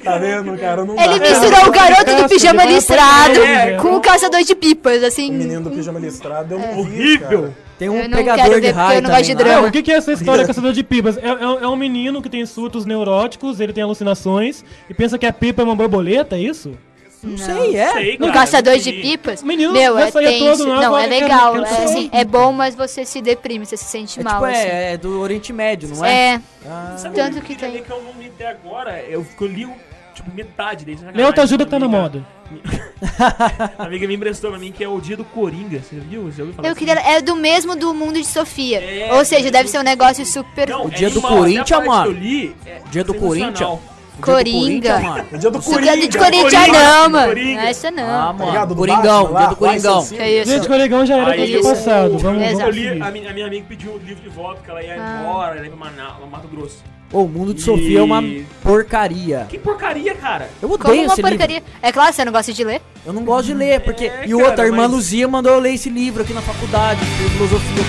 Tá vendo, cara? Não Ele dá. misturou o garoto do pijama listrado É. com o caçador de pipas, assim. O menino do pijama listrado é um Horrível. Tem um Eu não pegador quero de ver porque raio eu não gosto de também lá. drama. O que, que é essa história caçador de pipas? É, é, é um menino que tem surtos neuróticos, ele tem alucinações e pensa que a pipa é uma borboleta, é isso? Não sei, é. Sei, No cara, caçador não de entendi. pipas, O menino meu, vai é sair tenso. todo lá, Não, vai, é quero- legal. quero É, sair. assim, é bom, mas você se deprime, você se sente É mal. tipo, assim. é, é do Oriente Médio, não é? É, Sabe tanto um que livro ali tem. que eu não li até agora, eu, eu li tipo metade dele. Leo te ajuda que tá na moda. A amiga me emprestou pra mim que é o Dia do Coringa, você viu? Você ouviu falar Eu assim? queria, é do mesmo do Mundo de Sofia. É, Ou seja, é deve do- ser um negócio super. Não, O Dia é do animal, até a Corinthians, parte mano. que eu li, é Dia do sensacional. Corinthians. Coringa. Mano. O dia do Isso que é de Coringa. Corinthians, Coringa, não, mano. Coringa. Não é essa não. Ah, Tá ligado? mano. Do Coringão, Batman lá, dia do Coringão. License Que é isso? Gente, Coringão já era Aí do eu- passado. Vamos, Exato. Eu vamos li, seguir. a, minha, a minha amiga pediu o livro de volta, porque ela ia Ah. embora, ela ia pra Manaus, pra Mato Grosso. Ô, o Mundo de E- Sofia é uma porcaria. Que porcaria, cara. Eu Como odeio uma esse porcaria. livro. É claro, você não gosta de ler? Eu não gosto de ler, porque... É, e o cara, outro, a irmã mas- Luzia mandou eu ler esse livro aqui na faculdade de filosofia.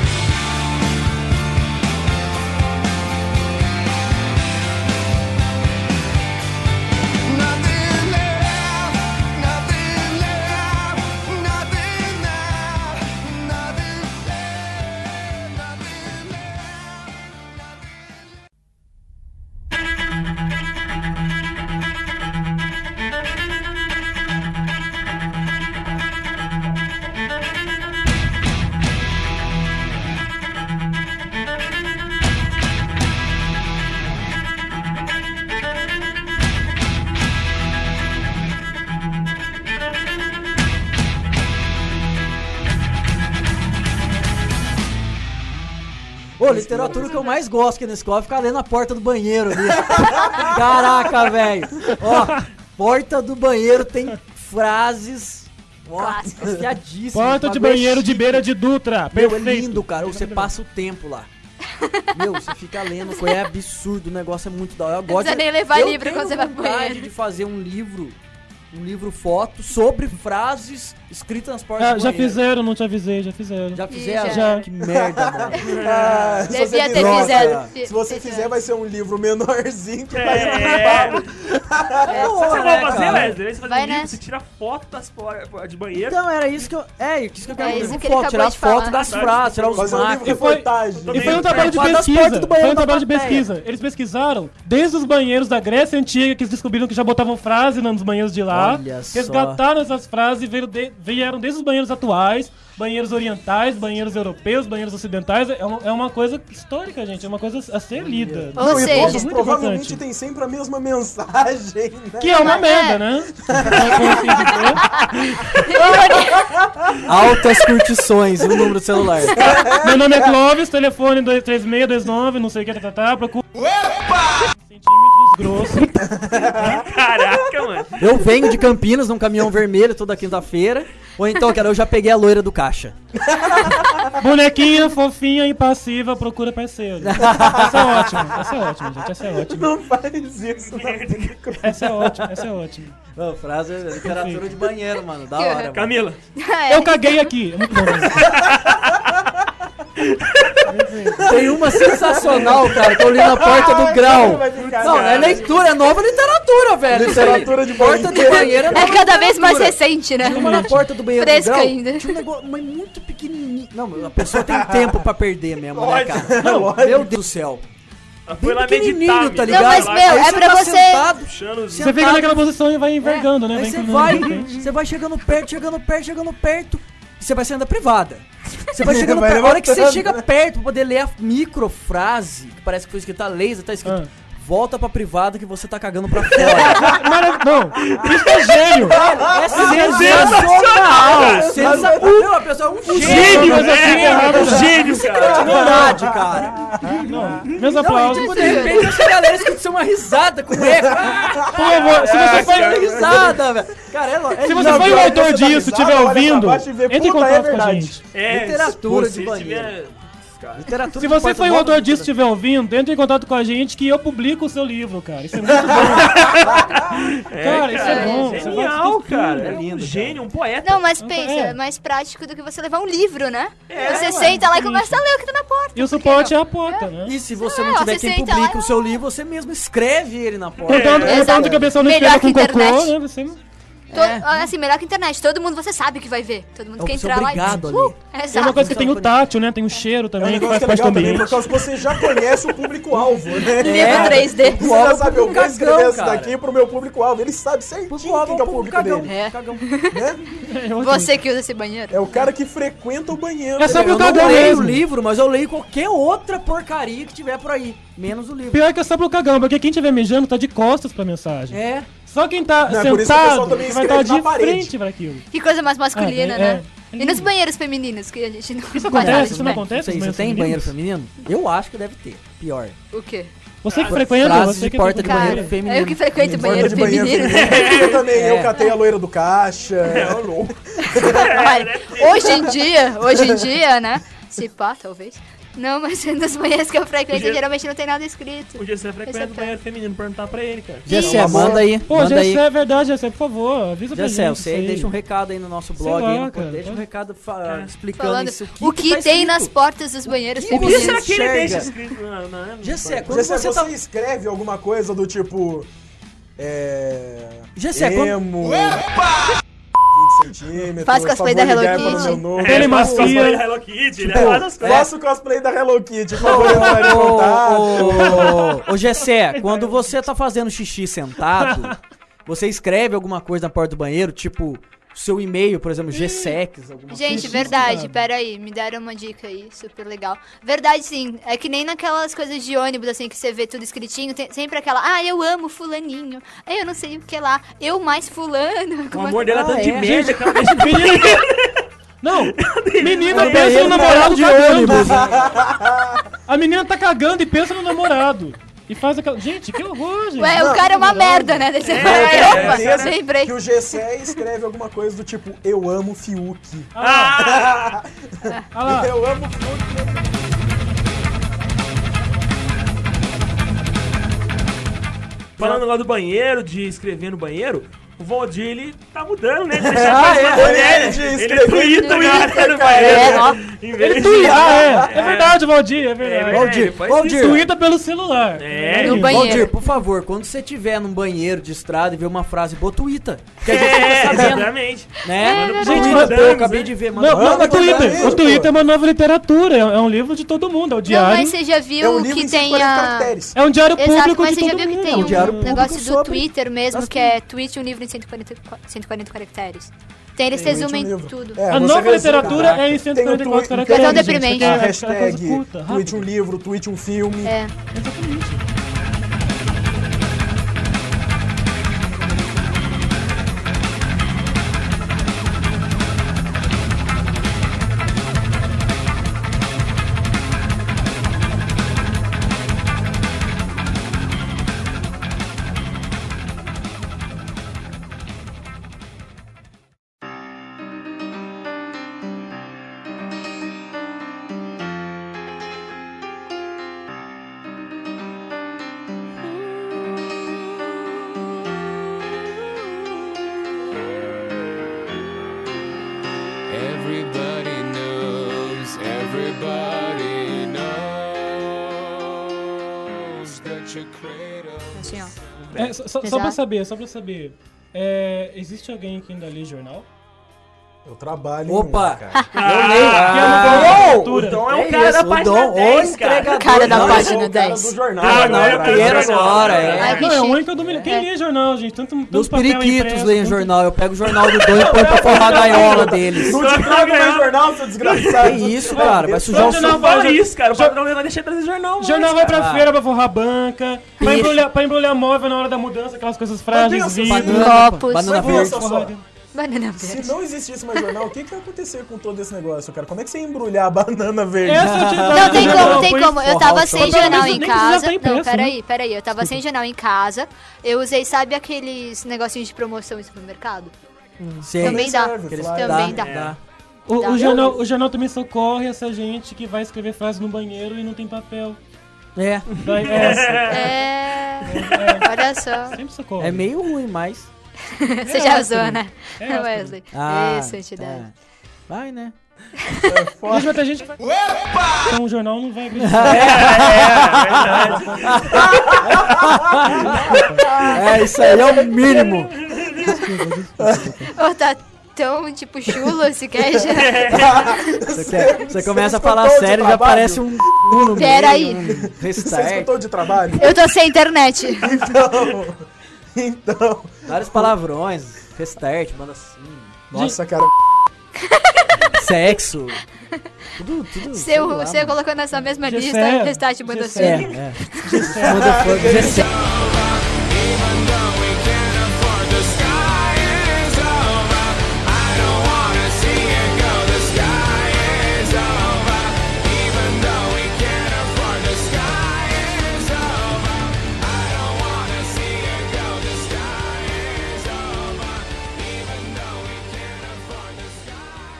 Nothing left, nothing left, nothing left, nothing left, nothing left. Ô, literatura que eu mais gosto aqui na escola é ficar lendo a porta do banheiro ali. Caraca, velho. Ó, porta do banheiro tem frases... Ó, Clássicas. afiadíssimas. Porta de bagulho é banheiro de chique. beira de Dutra. Meu, é Perfeito. lindo, cara. Você passa o tempo lá. Meu, você fica lendo, é absurdo, o negócio é muito da hora. Eu gosto precisa de- nem levar eu livro tenho quando você vai pro vontade banheiro. de fazer um livro, um livro foto sobre frases escritas nas portas Ah, do já banheiro. fizeram, não te avisei, já fizeram. Já fizeram? Ih, já. Que merda, mano. Ah, se você Devia ter fizer- fizeram. Se você fizer, vai ser um livro menorzinho que vai É. ser Sabe o que você né, vai fazer, cara? Wesley? Aí Você faz Vai um livro, nessa. você tira foto das por- de banheiro. Então, era isso que eu... É, isso que eu quero É fazer. isso um que ele foto, acabou tirar de foto falar. das frases, tirar os fazer um livro marcos. E foi- reportagem. E foi um trabalho de Fala das pesquisa. portas do banheiro Foi um da trabalho de plateia. pesquisa. Eles pesquisaram desde os banheiros da Grécia Antiga, que eles descobriram que já botavam frase nos banheiros de lá. Olha só. Resgataram essas frases e veio de- vieram desde os banheiros atuais, banheiros orientais, banheiros europeus, banheiros ocidentais. É uma, é uma coisa histórica, gente. É uma coisa a ser lida. Ou Não, e seja, todos muito provavelmente importante. tem sempre a mesma mensagem, né? Que é uma Mas merda, é. né? Como assim dizer? Altas curtições e o número do celular. Meu nome é Clóvis, telefone dois três seis dois nove, não sei o que, tá, tá, tá, procura. Centímetros grosso. Caraca, mano. Eu venho de Campinas num caminhão vermelho toda quinta-feira. Ou então, cara, eu já peguei a loira do caixa. Bonequinha, fofinha e passiva, procura parceiro. Essa é ótima, essa é ótima, gente, essa é ótima. Não faz isso, não. Essa é ótima, essa é ótima. Ô, frase é literatura de banheiro, mano. Da hora. mano. Camila. É. Eu caguei aqui, é muito bom. Tem uma sensacional, cara, que eu li na porta do grau. Vai ficar, Não, cara. é leitura, é nova literatura, velho. Literatura de Porta do banheiro. banheiro é É nova cada vez mais literatura. recente, né? Tinha uma na porta do banheiro Fresca do grau, ainda. tinha um negócio, mas muito pequenininho. Não, a pessoa tem tempo pra perder mesmo, né, Lógico. cara? Não, meu Deus do céu. Ela foi lá pequenininho, meditar, tá menina. ligado? Não, mas, Lá, meu, Aí é pra tá você- sentado, puxando os- Você fica naquela posição e vai envergando, né? Aí Vai você inclinando vai, pra frente. você vai chegando perto, chegando perto, chegando perto, e você vai saindo da privada. Você vai chegando Vai perto. A hora que você levantando, chega né? perto pra poder ler a microfrase, que parece que foi escrita a laser, tá escrito: Ah. volta pra privada que você tá cagando pra fora. Mara- Não, isso é gênio. É sensacional! Sensacional! Meu, a pessoa é um gênio! Mas assim, é errado, um gênio, cara. De verdade, cara! Não, meus Não, e aplausos. tipo, de repente essa galera escuta uma risada com eco. Por favor, se você Foi foi, risada, velho! Cara, é, lo- é se você Não, foi o pior que autor você dá disso, risada, estiver olha pra ouvindo, baixo e vê, entre em puta, é contato com a verdade. gente. É, Literatura se de você banheiro. tiver cara. Literatura Se de você foi o porta-voz, autor disso e literatura. estiver ouvindo, entre em contato com a gente que eu publico o seu livro, cara. Isso é muito bom. Cara, isso é bom. Você vai Genial, ficar- cara. É É lindo, um cara. gênio, um poeta. Não, mas É. pensa, é mais prático do que você levar um livro, né? É, você ué, senta lá e sim. começa a ler o que tá na porta. E o por que suporte é não? a porta, né? E se você É, não tiver você quem senta lá publica e- o seu livro, você mesmo escreve ele na porta. Botando, É, botando exato. o cabeção no Melhor espelho com que cocô, internet. né? Você... To- É. Assim, melhor que internet. Todo mundo você sabe que vai ver. Todo mundo É, quer você é entrar lá obrigado e. ali. Uh, É uma exato. coisa que tem o tátil, né? Tem o cheiro É um também, que negócio faz que é parte do legal também, ambiente. por causa que você já conhece o público-alvo, né? Livro três D. Você já sabe, eu vou Cagão, escrever esse cara. daqui pro meu público-alvo. Ele sabe certinho quem que é o público cagão. dele, É. Cagão. né? Você que usa esse banheiro. É o cara que frequenta o banheiro. É só Ele- pro Eu não cagão leio o mesmo. livro, mas eu leio qualquer outra porcaria que tiver por aí. Menos o livro. Pior que é só pro cagão, porque quem estiver mijando tá de costas pra mensagem. É. Só quem tá Não, é por isso que o pessoal sentado também que vai escreve estar na de parede. frente pra aquilo. Que coisa mais masculina, Ah, é, né? é. E nos banheiros femininos, que a gente não Isso faz acontece? nada Isso não de acontece? Não nos sei, você banheiros tem banheiro femininos? feminino? Eu acho que deve ter. Pior. O quê? Você que frequenta, Frases você de que porta de frequenta banheiro Cara, feminino. eu que frequento Porta banheiro de banheiro feminino. feminino. Eu também, É. eu catei a loira do caixa. É, ô louco. Olha, hoje em dia, hoje em dia, né? Se pá, talvez. Não, mas nos banheiros que eu frequento, Podia- geralmente não tem nada escrito. Podia ser frequente Esse é o banheiro feminino, perguntar pra ele, cara. Gessé, Não, manda aí. Pô, manda aí. Gessé, é verdade, Gessé, por favor, avisa pra Gessé, gente. você isso aí. deixa um recado aí no nosso Sei blog. lá, aí, no- cara. deixa um recado fa- É. explicando Falando isso. o que, tá tem escrito? nas portas dos banheiros O que O que femininos. será que ele enxerga? deixa escrito na... na Gessé, quando Gessé, você você tá... escreve alguma coisa do tipo. É. Gessé, quando- emo. vinte centímetros. Faz cosplay da favor, Hello ligar para o Kitty. meu nome. Pele faz macia. cosplay da Hello Kitty, ele Pô, faz as coisas. faça o cosplay da Hello Kitty, por favor, entrar em Ô, contato. ô, ô, ô, Gessé, quando você tá fazendo xixi sentado, você escreve alguma coisa na porta do banheiro, tipo, seu e-mail, por exemplo, Gessex, alguma Gente, Xixi verdade, sentado. peraí, me deram uma dica aí, super legal. Verdade, sim, é que nem naquelas coisas de ônibus, assim, que você vê tudo escritinho, tem sempre aquela, ah, eu amo fulaninho, ah, eu não sei o que lá, eu mais fulano. O Como amor é- dela é Ah, tanto de é? merda que ela deixa... Menina... Não, menina No pensa banheiro no namorado de cagando. ônibus. A menina tá cagando e pensa no namorado. E faz aquela... Gente, que horror, gente. Ué, o Não, cara é uma não. merda, né? Daí você fala, Eu tenho opa, certeza lembrei. que o Gessé escreve alguma coisa do tipo, eu amo Fiuk. Ah, ah lá. Eu amo Fiuk. Falando lá do banheiro, de escrever no banheiro, o Valdir, ele tá mudando, né? De Ah, deixar é, mais ele mulher. é de Ele escrever tuita, no cara, Twitter, no cara. banheiro. É, ó. Em vez Ele de- tuita, ah, é. É verdade, Valdir, é É verdade. verdade, Valdir, faz Valdir. isso. Tuita pelo celular. É, No isso. banheiro. Valdir, por favor, quando você estiver num banheiro de estrada e ver uma frase, boa tuita. Que a gente É, fica sabendo, exatamente. né? Manda pro Gente, Valdir, mandou, né? acabei de ver. Não, mandou. não, Manda o Twitter. mandamento, O Twitter pô. é uma nova literatura, é é um livro de todo mundo, é o Não, diário. mas você já É viu um livro que em cento e tem quarenta a... caracteres. É um diário Exato, público mas de você já todo viu que mundo. tem É um diário um público negócio do sobre Twitter mesmo, as que é tweet um livro em cento e quarenta, cento e quarenta caracteres. Tem, eles Tweet um resumem livro. tudo. É, A você nova resume, literatura caraca. é em cento e Tem o quarenta e quatro tweet- caracteres. É tão gente, deprimente. porque A é aquela coisa hashtag curta, tweet rápida. um livro, tweet um filme. É. Exatamente. Everybody knows, everybody knows that your cradle. Assim, ó. É, só, só- só Exato. pra saber, só pra saber. É, existe alguém que ainda lê jornal? Eu trabalho em Opa! um, cara. Eu leio. Que é uma Ah, boa O literatura. Dom é é um cara isso, da o página Dom, o dez, cara. entregador. Cara da Não, página Eu sou o cara dez. do jornal. Ah, Jornal agora é o cara do inteiro jornal. agora, Ai, é. que Não, é chique. ruim que eu domino. Quem É. lê jornal, gente? Tanto, tanto Meus papel periquitos impresso, leem tanto- jornal. Eu pego o jornal do Dom e põe pra forrar a gaiola deles. Não te trago mais jornal, seu desgraçado. Que isso, cara? Vai sujar o Jornal seu... Não fala vai- isso, cara. O patrão não vai deixar de trazer jornal. mais, Jornal vai cara. pra feira pra forrar banca, pra Isso. embrulhar, pra embrulhar móvel na hora da mudança, aquelas coisas frágeis, pensa, vidro. Banana, Copos. banana Mas verde. pensa só, Banana se verde. não existisse mais jornal, o que, que vai acontecer com todo esse negócio, cara? Como é que você ia embrulhar a banana verde? Essa é a utilidade Não, do tem jornal, como, tem põe- como. Eu forrar tava o sem som. jornal Nem em precisa casa. tá impresso, Não, né? peraí, peraí. Eu tava sem jornal em casa. Eu usei, sabe aqueles negocinhos de promoção em supermercado? Sim. Também dá. serve, Aqueles- flyer. Também dá, dá. dá. O, Dá. o, jornal, o jornal também socorre essa gente que vai escrever frase no banheiro e não tem papel. É. Daí, é, É. Olha só. sempre socorre. É meio ruim, mas... Você já usou, né? É, Wesley. Ah, Isso, entidade. tá. Vai, né? Mas vai ter gente que vai... Então o jornal não vai abrir. É, isso aí é o mínimo. Ô, tá tão, tipo, chulo esse cast. Você, quer- você começa a escutou falar de sério, já trabalho? aparece um... um no Pera meio, aí. um Você restart. escutou de trabalho? Eu tô sem internet. Então... Então... Vários palavrões. Restart, manda assim. Nossa, cara... Sexo. Tudo, tudo. Você, sei lá, você mano. colocou nessa mesma Gessé. lista, Restart É, Bandocine. é. Motherfucker, Gessé. Even though we can't afford the sky is over. I don't wanna see it go. The sky is over. Even though we can't afford the sky is over. I don't wanna see it go. The sky is over. Even though we can't afford the sky.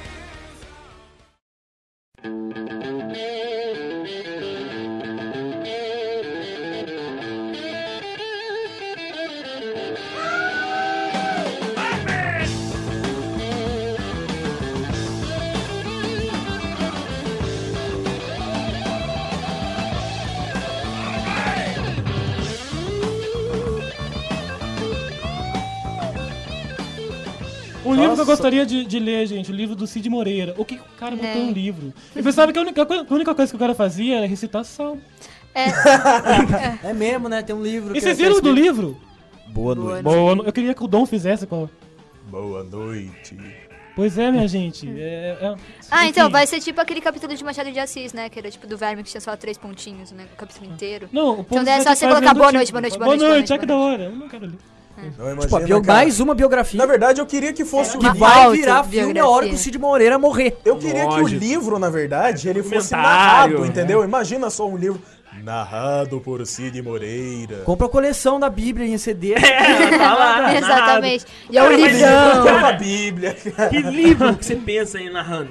Um livro que eu Nossa. gostaria de, de ler, gente, o livro do Cid Moreira. O que que o cara botou É. no livro? Eu pensava que a única, coi- a única coisa que o cara fazia era recitação. É, É mesmo, né? Tem um livro E que vocês tá viram do escrito- livro? Boa noite. Bom, eu queria que o Dom fizesse com a... Boa noite. Pois é, minha gente. É, é- Ah, então, enfim. vai ser tipo aquele capítulo de Machado de Assis, né? Que era tipo do Verme que tinha só três pontinhos, né? O capítulo inteiro. Não, o povo Então daí é vai só ter você que colocar fazer boa do noite, tipo, boa noite, boa Boa noite, boa noite, noite, é que da hora. Eu não quero ler. Não, imagina, Tipo, a bio- cara. mais uma biografia. Na verdade, eu queria que fosse o que livro. vai Volta, virar filme a biografia. hora que o Cid Moreira morrer. Eu queria que o Lógico. livro, na verdade, ele fosse Documentário, narrado, entendeu? Imagina só um livro narrado por Cid Moreira. Compra a coleção da Bíblia em C D. É, tá lá, Exatamente. E é o Cara, mas livrão. Pela Bíblia, cara. Que livro que você pensa aí narrando?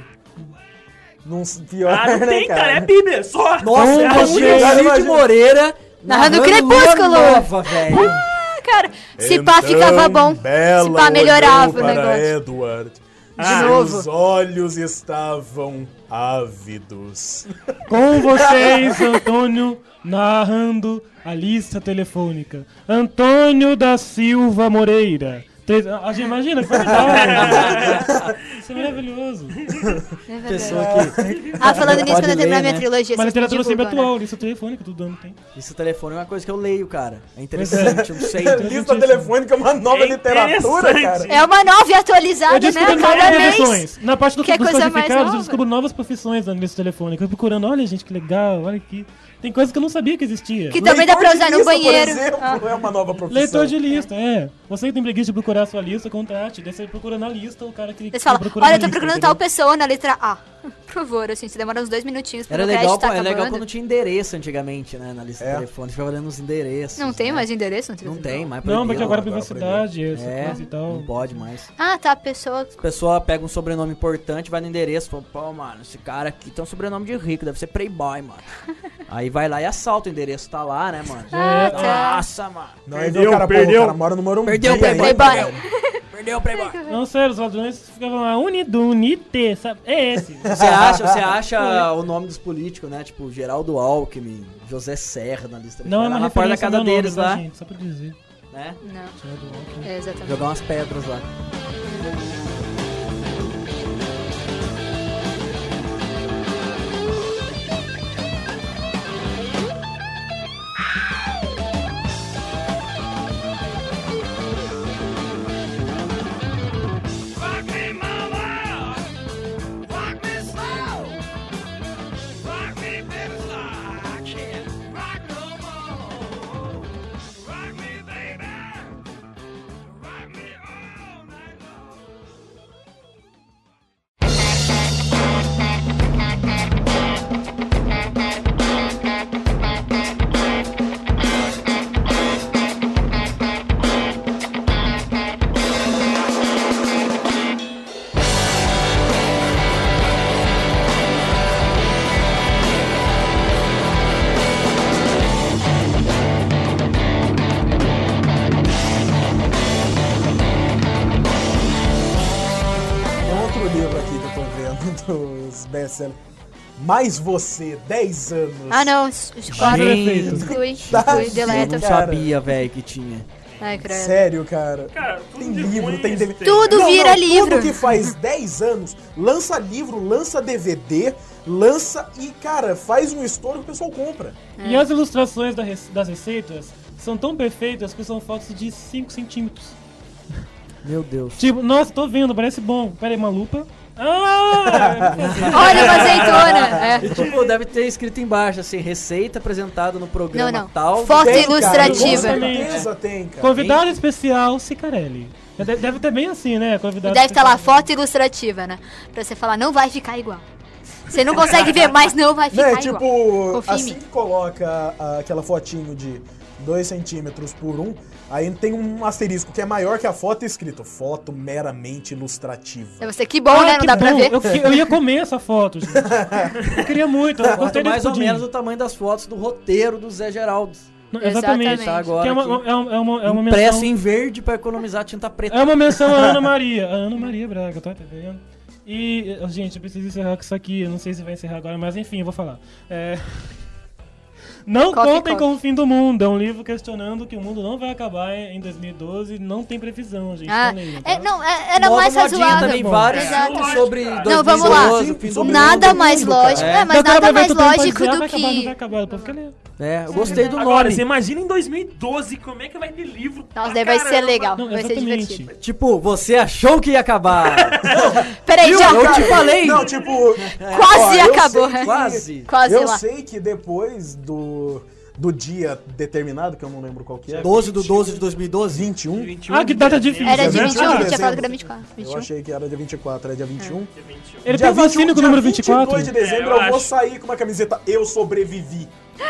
Não, pior, Ah, não né, tem, cara? cara, é Bíblia, só. Nossa, Como imagina você- o Cid Imagina- Moreira Narrando Lua Crepúsculo. Nova, velho. Ah, cara, se Então, pá ficava bom. Bela Se pá melhorava olhou o para negócio. Edward. De Seus novo. olhos estavam ávidos. Com vocês, Antônio, narrando a lista telefônica. Antônio da Silva Moreira. Três- Ah, gente, imagina, que legal. Isso é maravilhoso. É verdade. Pessoa que... Ah, falando nisso, Pode quando eu terminar ler, minha né? trilogia, Uma vocês me literatura sempre divulgam, né? atual, lista telefônica, todo ano tem. Isso telefone é uma coisa que eu leio, cara. É interessante, eu não sei. Lista telefônica é uma nova É literatura, interessante. cara. É uma nova e atualizada, Eu descobri né? novas Cada mês. profissões. Na parte do, Que é dos coisa mais qualificados, nova. eu descubro novas profissões na lista telefônica. Eu procurando, olha gente, que legal, olha aqui. Tem coisas que eu não sabia que existia. Que também dá Leitor pra de usar no lista, banheiro. Por exemplo, Ah. é uma nova profissão. Leitor de lista, é. Você que tem preguiça de procurar a sua lista, contrate. Daí você procura na lista o cara que Eles falam, procura olha, na eu tô lista, procurando entendeu? tal pessoa na letra A. Por favor, assim, se demora uns dois minutinhos pro Era meu legal, crédito tá é legal acabando. quando tinha endereço antigamente, né? Na lista É. telefônica. Ficava dando os endereços. Não tem né? mais endereço? Não, tem Não mais tem, mais Não, porque proibido. agora é agora privacidade, essa É, coisa e tal. não pode mais. Ah, tá, a pessoa... A pessoa pega um sobrenome importante, vai no endereço, fala, pô, mano, esse cara aqui tem um sobrenome de rico, deve ser playboy, mano. Aí vai lá e assalta, o endereço tá lá, né, mano? Ah, tá. Nossa, mano. Não, aí vê o cara, pô, perdeu. o cara mora no Morumbi. Perdeu o aí, Playboy. Playboy. Perdeu o playboy. Não, sério, os ladrões ficavam lá, unido, unite, sabe? É esse. Você acha, você acha o nome dos políticos, né? Tipo, Geraldo Alckmin, José Serra na lista. Não é uma na porta da referência casa ao meu nome, deles tá, lá, gente? Só pra dizer. né? Não, é, exatamente. Jogar umas pedras lá. Rock me, mama. Rock me slow. Rock me, baby, slow. I can't rock no more. Rock me, baby. Rock me all night long. livro aqui que eu tô vendo dos best-sellers. Mais Você, dez anos. Ah, não. Exclui, Gente, exclui, tá exclui, Eu deleta. não Cara. sabia, velho, que tinha. Ai, credo. Sério, cara. Cara, tudo Tem de livro, ruim tem D V D. Tudo Não, vira não, livro. Tudo que faz dez anos, lança livro, lança D V D, lança e, cara, faz um estouro que o pessoal compra. E as ilustrações da rece- das receitas são tão perfeitas que são fotos de cinco centímetros. Meu Deus. Tipo, nossa, tô vendo, parece bom. Pera aí, uma lupa. Ah! Olha uma azeitona. É. E, tipo, deve ter escrito embaixo, assim, receita apresentada no programa Não, não. tal. Foto Tem, cara, ilustrativa. com certeza tem, cara. Convidado especial, Cicarelli. Deve, deve ter bem assim, né? Convidado Deve estar lá, especial. foto ilustrativa, né? Pra você falar, não vai ficar igual. Você não consegue ver, mas não vai ficar Né, igual. tipo, Confia em assim mim. que coloca ah, aquela fotinho de dois centímetros por um, aí tem um asterisco que é maior que a foto e escrito foto meramente ilustrativa. É você, que bom, Ah, né? Não que dá pra bom. ver. Eu, que- eu ia comer essa foto, gente. Eu queria muito. Eu Foto gostei desse mais ou pudim. menos o tamanho das fotos do roteiro do Zé Geraldo. Não, Exatamente. Exatamente. Tá agora Que é uma, aqui. é uma, é uma, é uma Impresso menção. em verde pra economizar tinta preta. É uma menção a Ana Maria. A Ana Maria Braga, tá entendendo? E, eh, gente, eu preciso encerrar com isso aqui. Eu não sei se vai encerrar agora, mas enfim, eu vou falar. É... Não Coffee, contem coffee. com o fim do mundo. É um livro questionando que o mundo não vai acabar em dois mil e doze. Não tem previsão, gente. Ah, Não leiam, é, tá? não, é, era Moda mais modinha razoável. também, Bom, vários exato. filmes sobre dois mil e doze, Não, vamos lá. o fim do mundo. Nada mais mundo, cara. lógico. É, mas Eu quero nada mais aproveitar o tempo lógico pra dizer, ah, do vai acabar, não vai que. acabar. O povo quer ler. É, eu gostei do Agora, nome. você imagina em dois mil e doze como é que vai ter livro. Nossa, pra daí vai ser caramba. legal. Não, vai ser exatamente. divertido. Tipo, você achou que ia acabar. Peraí, já. Eu te falei. Não, tipo... Quase ó, eu acabou. sei que- Quase. Quase eu lá. sei que depois do, do dia determinado, que eu não lembro qual que é, doze do doze de dois mil e doze. vinte e um, vinte e um Ah, que data de difícil. Era Dia de vinte e um vinte e um, de tinha falado dezembro. que era vinte e quatro. vinte e eu um. achei que era dia vinte e quatro, é dia vinte e um. Ele Dia tem vacina com o número vinte e quatro. vinte e dois de dezembro É, eu eu vou acho. sair com uma camiseta Eu Sobrevivi.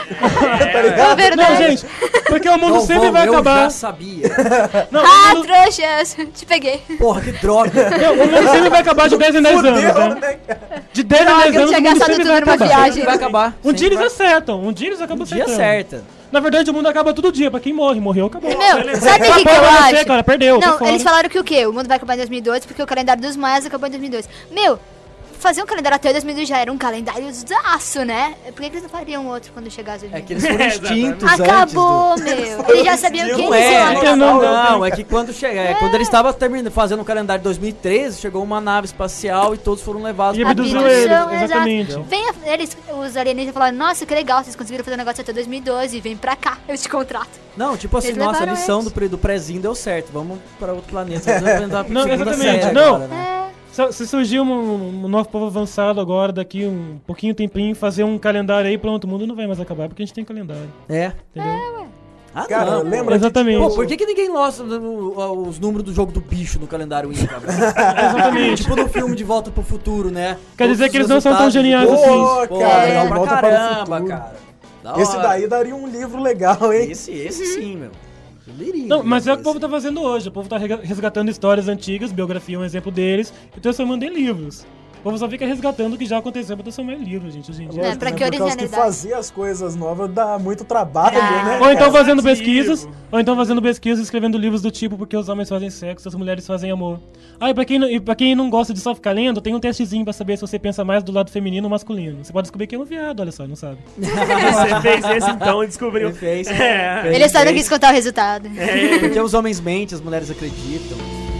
É, tá É ligado? verdade. Não, gente, porque o mundo Não, sempre vão, vai eu acabar. já sabia. Não, Ah, o mundo, trouxas! Te peguei. Porra, que droga. não, o mundo sempre vai acabar de dez em dez anos, Fudeu, né? né, cara? De dez em Droga, dez eu anos tinha o mundo gastado sempre tudo vai numa acabar. viagem. Vai acabar. Um dia eles Sempre acertam, um dia eles vai- acabam Um dia acertando. acerta. Na verdade, o mundo acaba todo dia. Pra quem morre, morreu, acabou. Meu, sabe o que, que Acabou eu pra você, acho? cara, perdeu, tô Não, fora. eles falaram que o quê? O mundo vai acabar em dois mil e doze porque o calendário dos maias acabou em dois mil e doze. Meu, fazer um calendário até dois mil e doze já era um calendário zaço, né? Por que que eles não fariam outro quando chegasse dois É mil e que doze? eles foram É, extintos Acabou, antes meu. Eles já sabiam Não quem do... eles Não iam é, Não, atacar. não, não, não, é que quando chegar, é, quando eles estavam terminando, fazendo o calendário de dois mil e treze, chegou uma nave espacial e todos foram levados E pra abduziu Abdução, eles, exato. exatamente. Vem a- eles, os alienígenas falaram, nossa, que legal, vocês conseguiram fazer um negócio até dois mil e doze, vem pra cá, eu te contrato. Não, tipo assim, Eles nossa, a levaram lição eles. do, pre- do prézinho deu certo. Vamos pra outro planeta. Vamos aprender Não, segunda exatamente, série não. agora, né? Se, se surgir um, um novo povo avançado agora, daqui um pouquinho tempinho, fazer um calendário aí, pronto, o mundo não vai mais acabar, porque a gente tem calendário, É. entendeu? Ah, Cara, não. lembra Exatamente. Pô, por que, que ninguém mostra o- o- os números do jogo do bicho no calendário Inca? Exatamente. Tipo no filme De Volta pro Futuro, né? Quer dizer Todos que eles os não são tão resultados de geniais tudo. assim. Pô, Cara, legal De pra Volta para o caramba, Futuro. cara. Da Esse hora. daí daria um livro legal, hein? Esse, esse sim, meu. Eu liria, Não, mas é o que o esse. povo tá fazendo hoje. O povo tá rega- resgatando histórias antigas, biografia é um exemplo deles, e transformando em livros. O povo só fica resgatando o que já aconteceu pra transformar em livros, gente, hoje em dia. É, pra né? que Por causa que originalidade? fazer as coisas novas dá muito trabalho, né? Ou então cara? fazendo pesquisas, ou então fazendo pesquisas e escrevendo livros do tipo porque os homens fazem sexo, as mulheres fazem amor. Ah, e pra quem, não- e pra quem não gosta de só ficar lendo, tem um testezinho pra saber se você pensa mais do lado feminino ou masculino. Você pode descobrir que é um viado, olha só, não sabe. Você fez esse então e descobriu. Ele fez. É. Ele só não quis contar o resultado. Porque os homens mentem, as mulheres acreditam.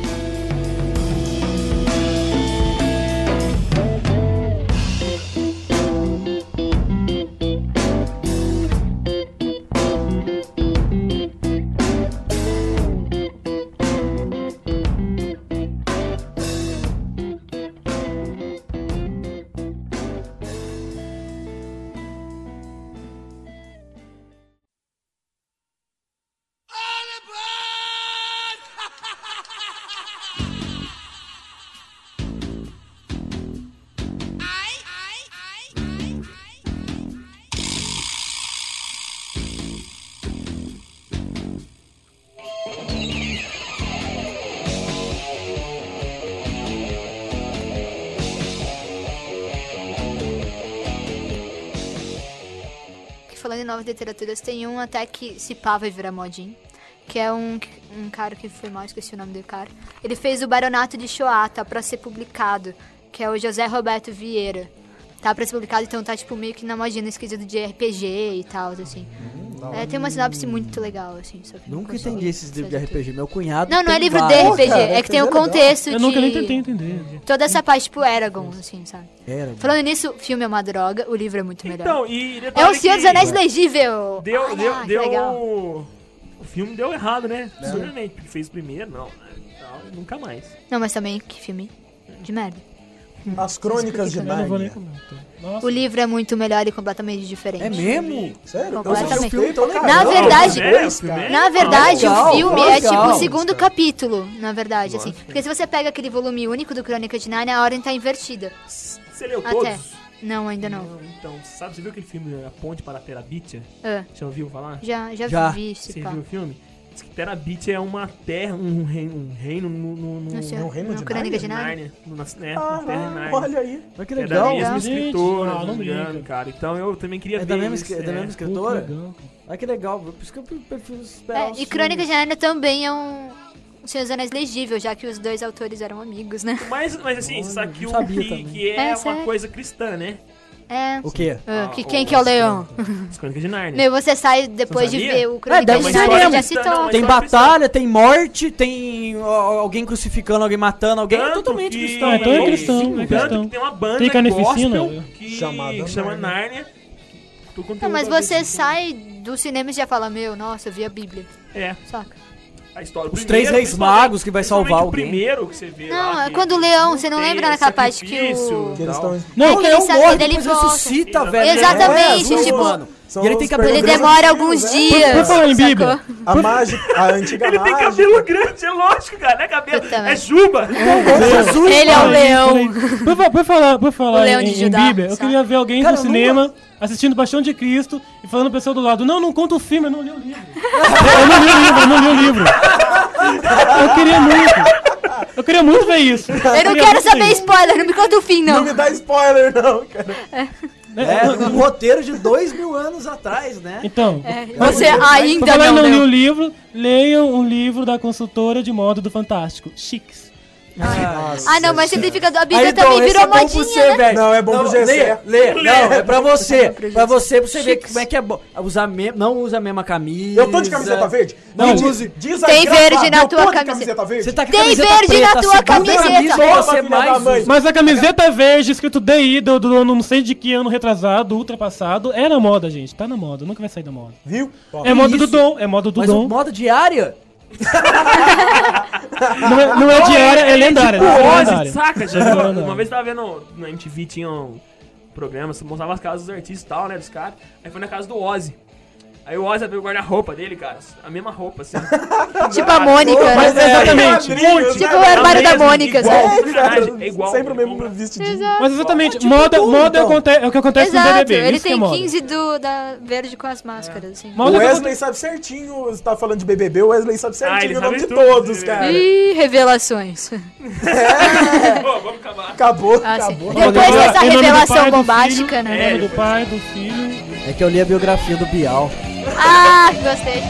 Que falando em novas literaturas, tem um até que se pá vai virar modinho. Que é um, um cara que foi mal, esqueci o nome do cara. Ele fez o Baronato de Shoah, tá pra ser publicado. que é o José Roberto Vieira. Tá pra ser publicado, então tá tipo meio que na modinha, no esquisito de R P G e tal, assim. É, tem uma sinopse muito legal, assim. Só que Nunca não consigo entendi esses livros de fazer R P G. Meu cunhado. Não, não é tem livro de vários. R P G, cara, é que tem o R P G é legal. contexto Eu de... nunca nem tentei entender. Toda essa parte, tipo, Eragon, assim, sabe? Era. Falando nisso, o filme é uma droga, o livro é muito melhor. Então, e é detalhe o Senhor que dos Anéis legível! Deu, Olha, deu, que deu... legal. O filme deu errado, né? Absurdamente, porque fez primeiro, não. né? Não, nunca mais. Não, mas também, que filme de merda. As Crônicas de Eu não vou nem Nárnia. comentar. Nossa. O livro é muito melhor e completamente diferente. É mesmo? Sério? Eu Completamente. assisti o filme pra Na caramba. verdade- Os dois, É, o filme cara. é- Na verdade, legal, o filme é legal. tipo o segundo capítulo, na verdade, assim. Porque se você pega aquele volume único do Crônica de Nárnia, a ordem tá invertida. Você leu Até. todos? Não, ainda não. Não, então, sabe, você viu aquele filme A Ponte para Terabitia? Ah, Já ouviu falar? já, já, Já. vi esse Você pá. viu o filme? Diz que Terabitia é uma terra, um reino, um reino no, no, no, Não sei, no Reino no de Crônica de Nárnia. Nárnia. No, na, né, na terra de Ah, Nárnia. olha aí. Mas que É da legal. mesma Gente, escritora, não, se não não me engano, brinca. cara. Então eu também queria É ver da mesma, esse, escri- da é. mesma Puta, escritora? legal. Ah, que legal. Por isso que eu prefiro esperar É, os e Crônica filmes. de Nárnia também é um O Senhor dos Anéis legível, já que os dois autores eram amigos, né? Mas, mas assim, você sabe que, não o, sabia que, também. que é, É, uma sério. coisa cristã, né? É. O quê? Ah, que, Ah, quem o- que é o leão? As Crônicas de Nárnia. Meu, você sai depois de sabia? ver o É, Crônica deve de ser Nárnia, mesmo. já se Não, toca. mas- Tem história batalha, tem morte, tem ó, alguém crucificando, alguém matando alguém. É Tanto totalmente que- cristão. Ah, então é né? cristão, Sim, é velho. cristão. Tanto que tem uma banda Tem carnificina, gospel né? que Chamada chama Nárnia. Nárnia. Do conteúdo Não, mas da você Bíblia. sai do cinema e já fala, meu, nossa, eu vi a Bíblia. É, Saca? a história. O Os primeiro, três reis principalmente- magos que vai salvar principalmente alguém. O primeiro que você vê Não, lá, é que quando o leão, não você não tem lembra naquela parte que o- sacrifício Que eles e tal. estão... Não, Não, que ele ele sabe- morre, ele depois volta. ressuscita, velho. Exatamente, É, tipo, mano. São E ele os tem cabelo Ele programas demora antigos, alguns né? dias. Por falar em sacou? Bíblia. A mágica, a antiga Ele tem mágica. cabelo grande, é lógico, cara. Não é cabelo, Puta é merda. juba. Jesus, Ele é o mano. leão. Por, fa- por falar, por falar O leão em, de em Judá, Bíblia, eu sabe? queria ver alguém Cara, no eu não cinema assistindo Paixão de Cristo e falando pra pessoa do lado, não, não conta o filme, eu não li o livro. eu não li o livro, eu não li o livro. Eu queria muito. Eu queria muito ver isso. Eu não quero saber spoiler, não me conta o fim, Não não. me dá spoiler, não, cara. É, um roteiro de dois mil anos atrás, né? Então, É, você por ainda falar em não não li o leu. livro, leiam um livro da consultora de moda do Fantástico, Chiques. Ah, não, mas simplificador, a Bíblia Aí, Dom, também esse virou é bom pra modinha, você, né? velho. Não, é bom pro Gessé. Lê, lê. Não, é pra você. Pra você, pra você ver Chiques. como é que é bom. Usar me... Não usa a mesma camisa. Eu tô de camiseta verde? Não Me use. Diz Tem desgraçado, verde na eu tua tô de camiseta. camiseta verde? Você tá com a Tem camiseta verde preta, na tua segunda camiseta. camisa, Toma, você filha da mais mãe. usa. Mas a camiseta verde, escrito D I, do, do, do não sei de que ano retrasado, ultrapassado, é na moda, gente. Tá na moda, nunca vai sair da moda. Viu? Ó, É moda do isso? Dom, é moda do Mas o Dom. modo diária? Não é, não é diária, é lendária. Tipo é Ozzy, lendária. saca? Já É viu? lendária. Uma vez eu tava vendo na M T V, tinha um programa, você mostrava as casas dos artistas e tal, né, dos caras. Aí foi na casa do Ozzy. Aí o Ozzy abriu o guarda-roupa dele, cara. A mesma roupa, assim. Tipo a Mônica, Mas né? exatamente. Quadrinhos, Tipo né? o armário da mesmo, Mônica, igual. sabe? É, cara, É igual, sempre o mesmo igual. vestidinho. Mas exatamente, tipo moda, tudo, moda então. aconte- é o que acontece no Exato, B B B. ele isso que é tem moda. quinze do, da verde com as máscaras, assim. Moda O é que Wesley sabe certinho, você tá falando de B B B, o Wesley sabe Ah, ele certinho o nome de sabe tudo, todos, ele- cara. Ih, revelações. Pô, vamos acabar. Acabou, Ah, sim. acabou. Moda Depois é- dessa em nome do revelação pai, do bombástica, filho, né? em nome do É, pai, do filho. É que eu li a biografia do Bial. Ah, gostei.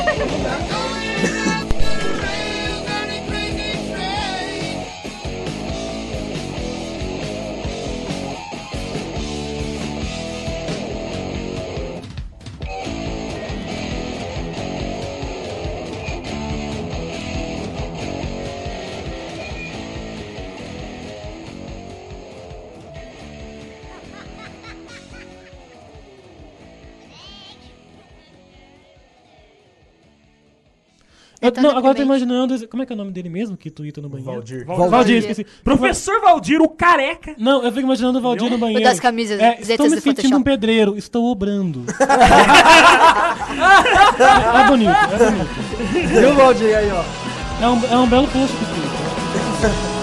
É Eu- tão não, agora eu tô deprimente. imaginando. Como é que é o nome dele mesmo que tuita no banheiro? Valdir. Valdir, Valdir. esqueci. Professor Valdir, o careca. Não, eu fico imaginando o Valdir no banheiro. das camisas, É, letras estou me do sentindo Photoshop. um pedreiro, estou obrando. é bonito, é bonito. Viu, Valdir, aí, ó. É um, é um belo post que fica.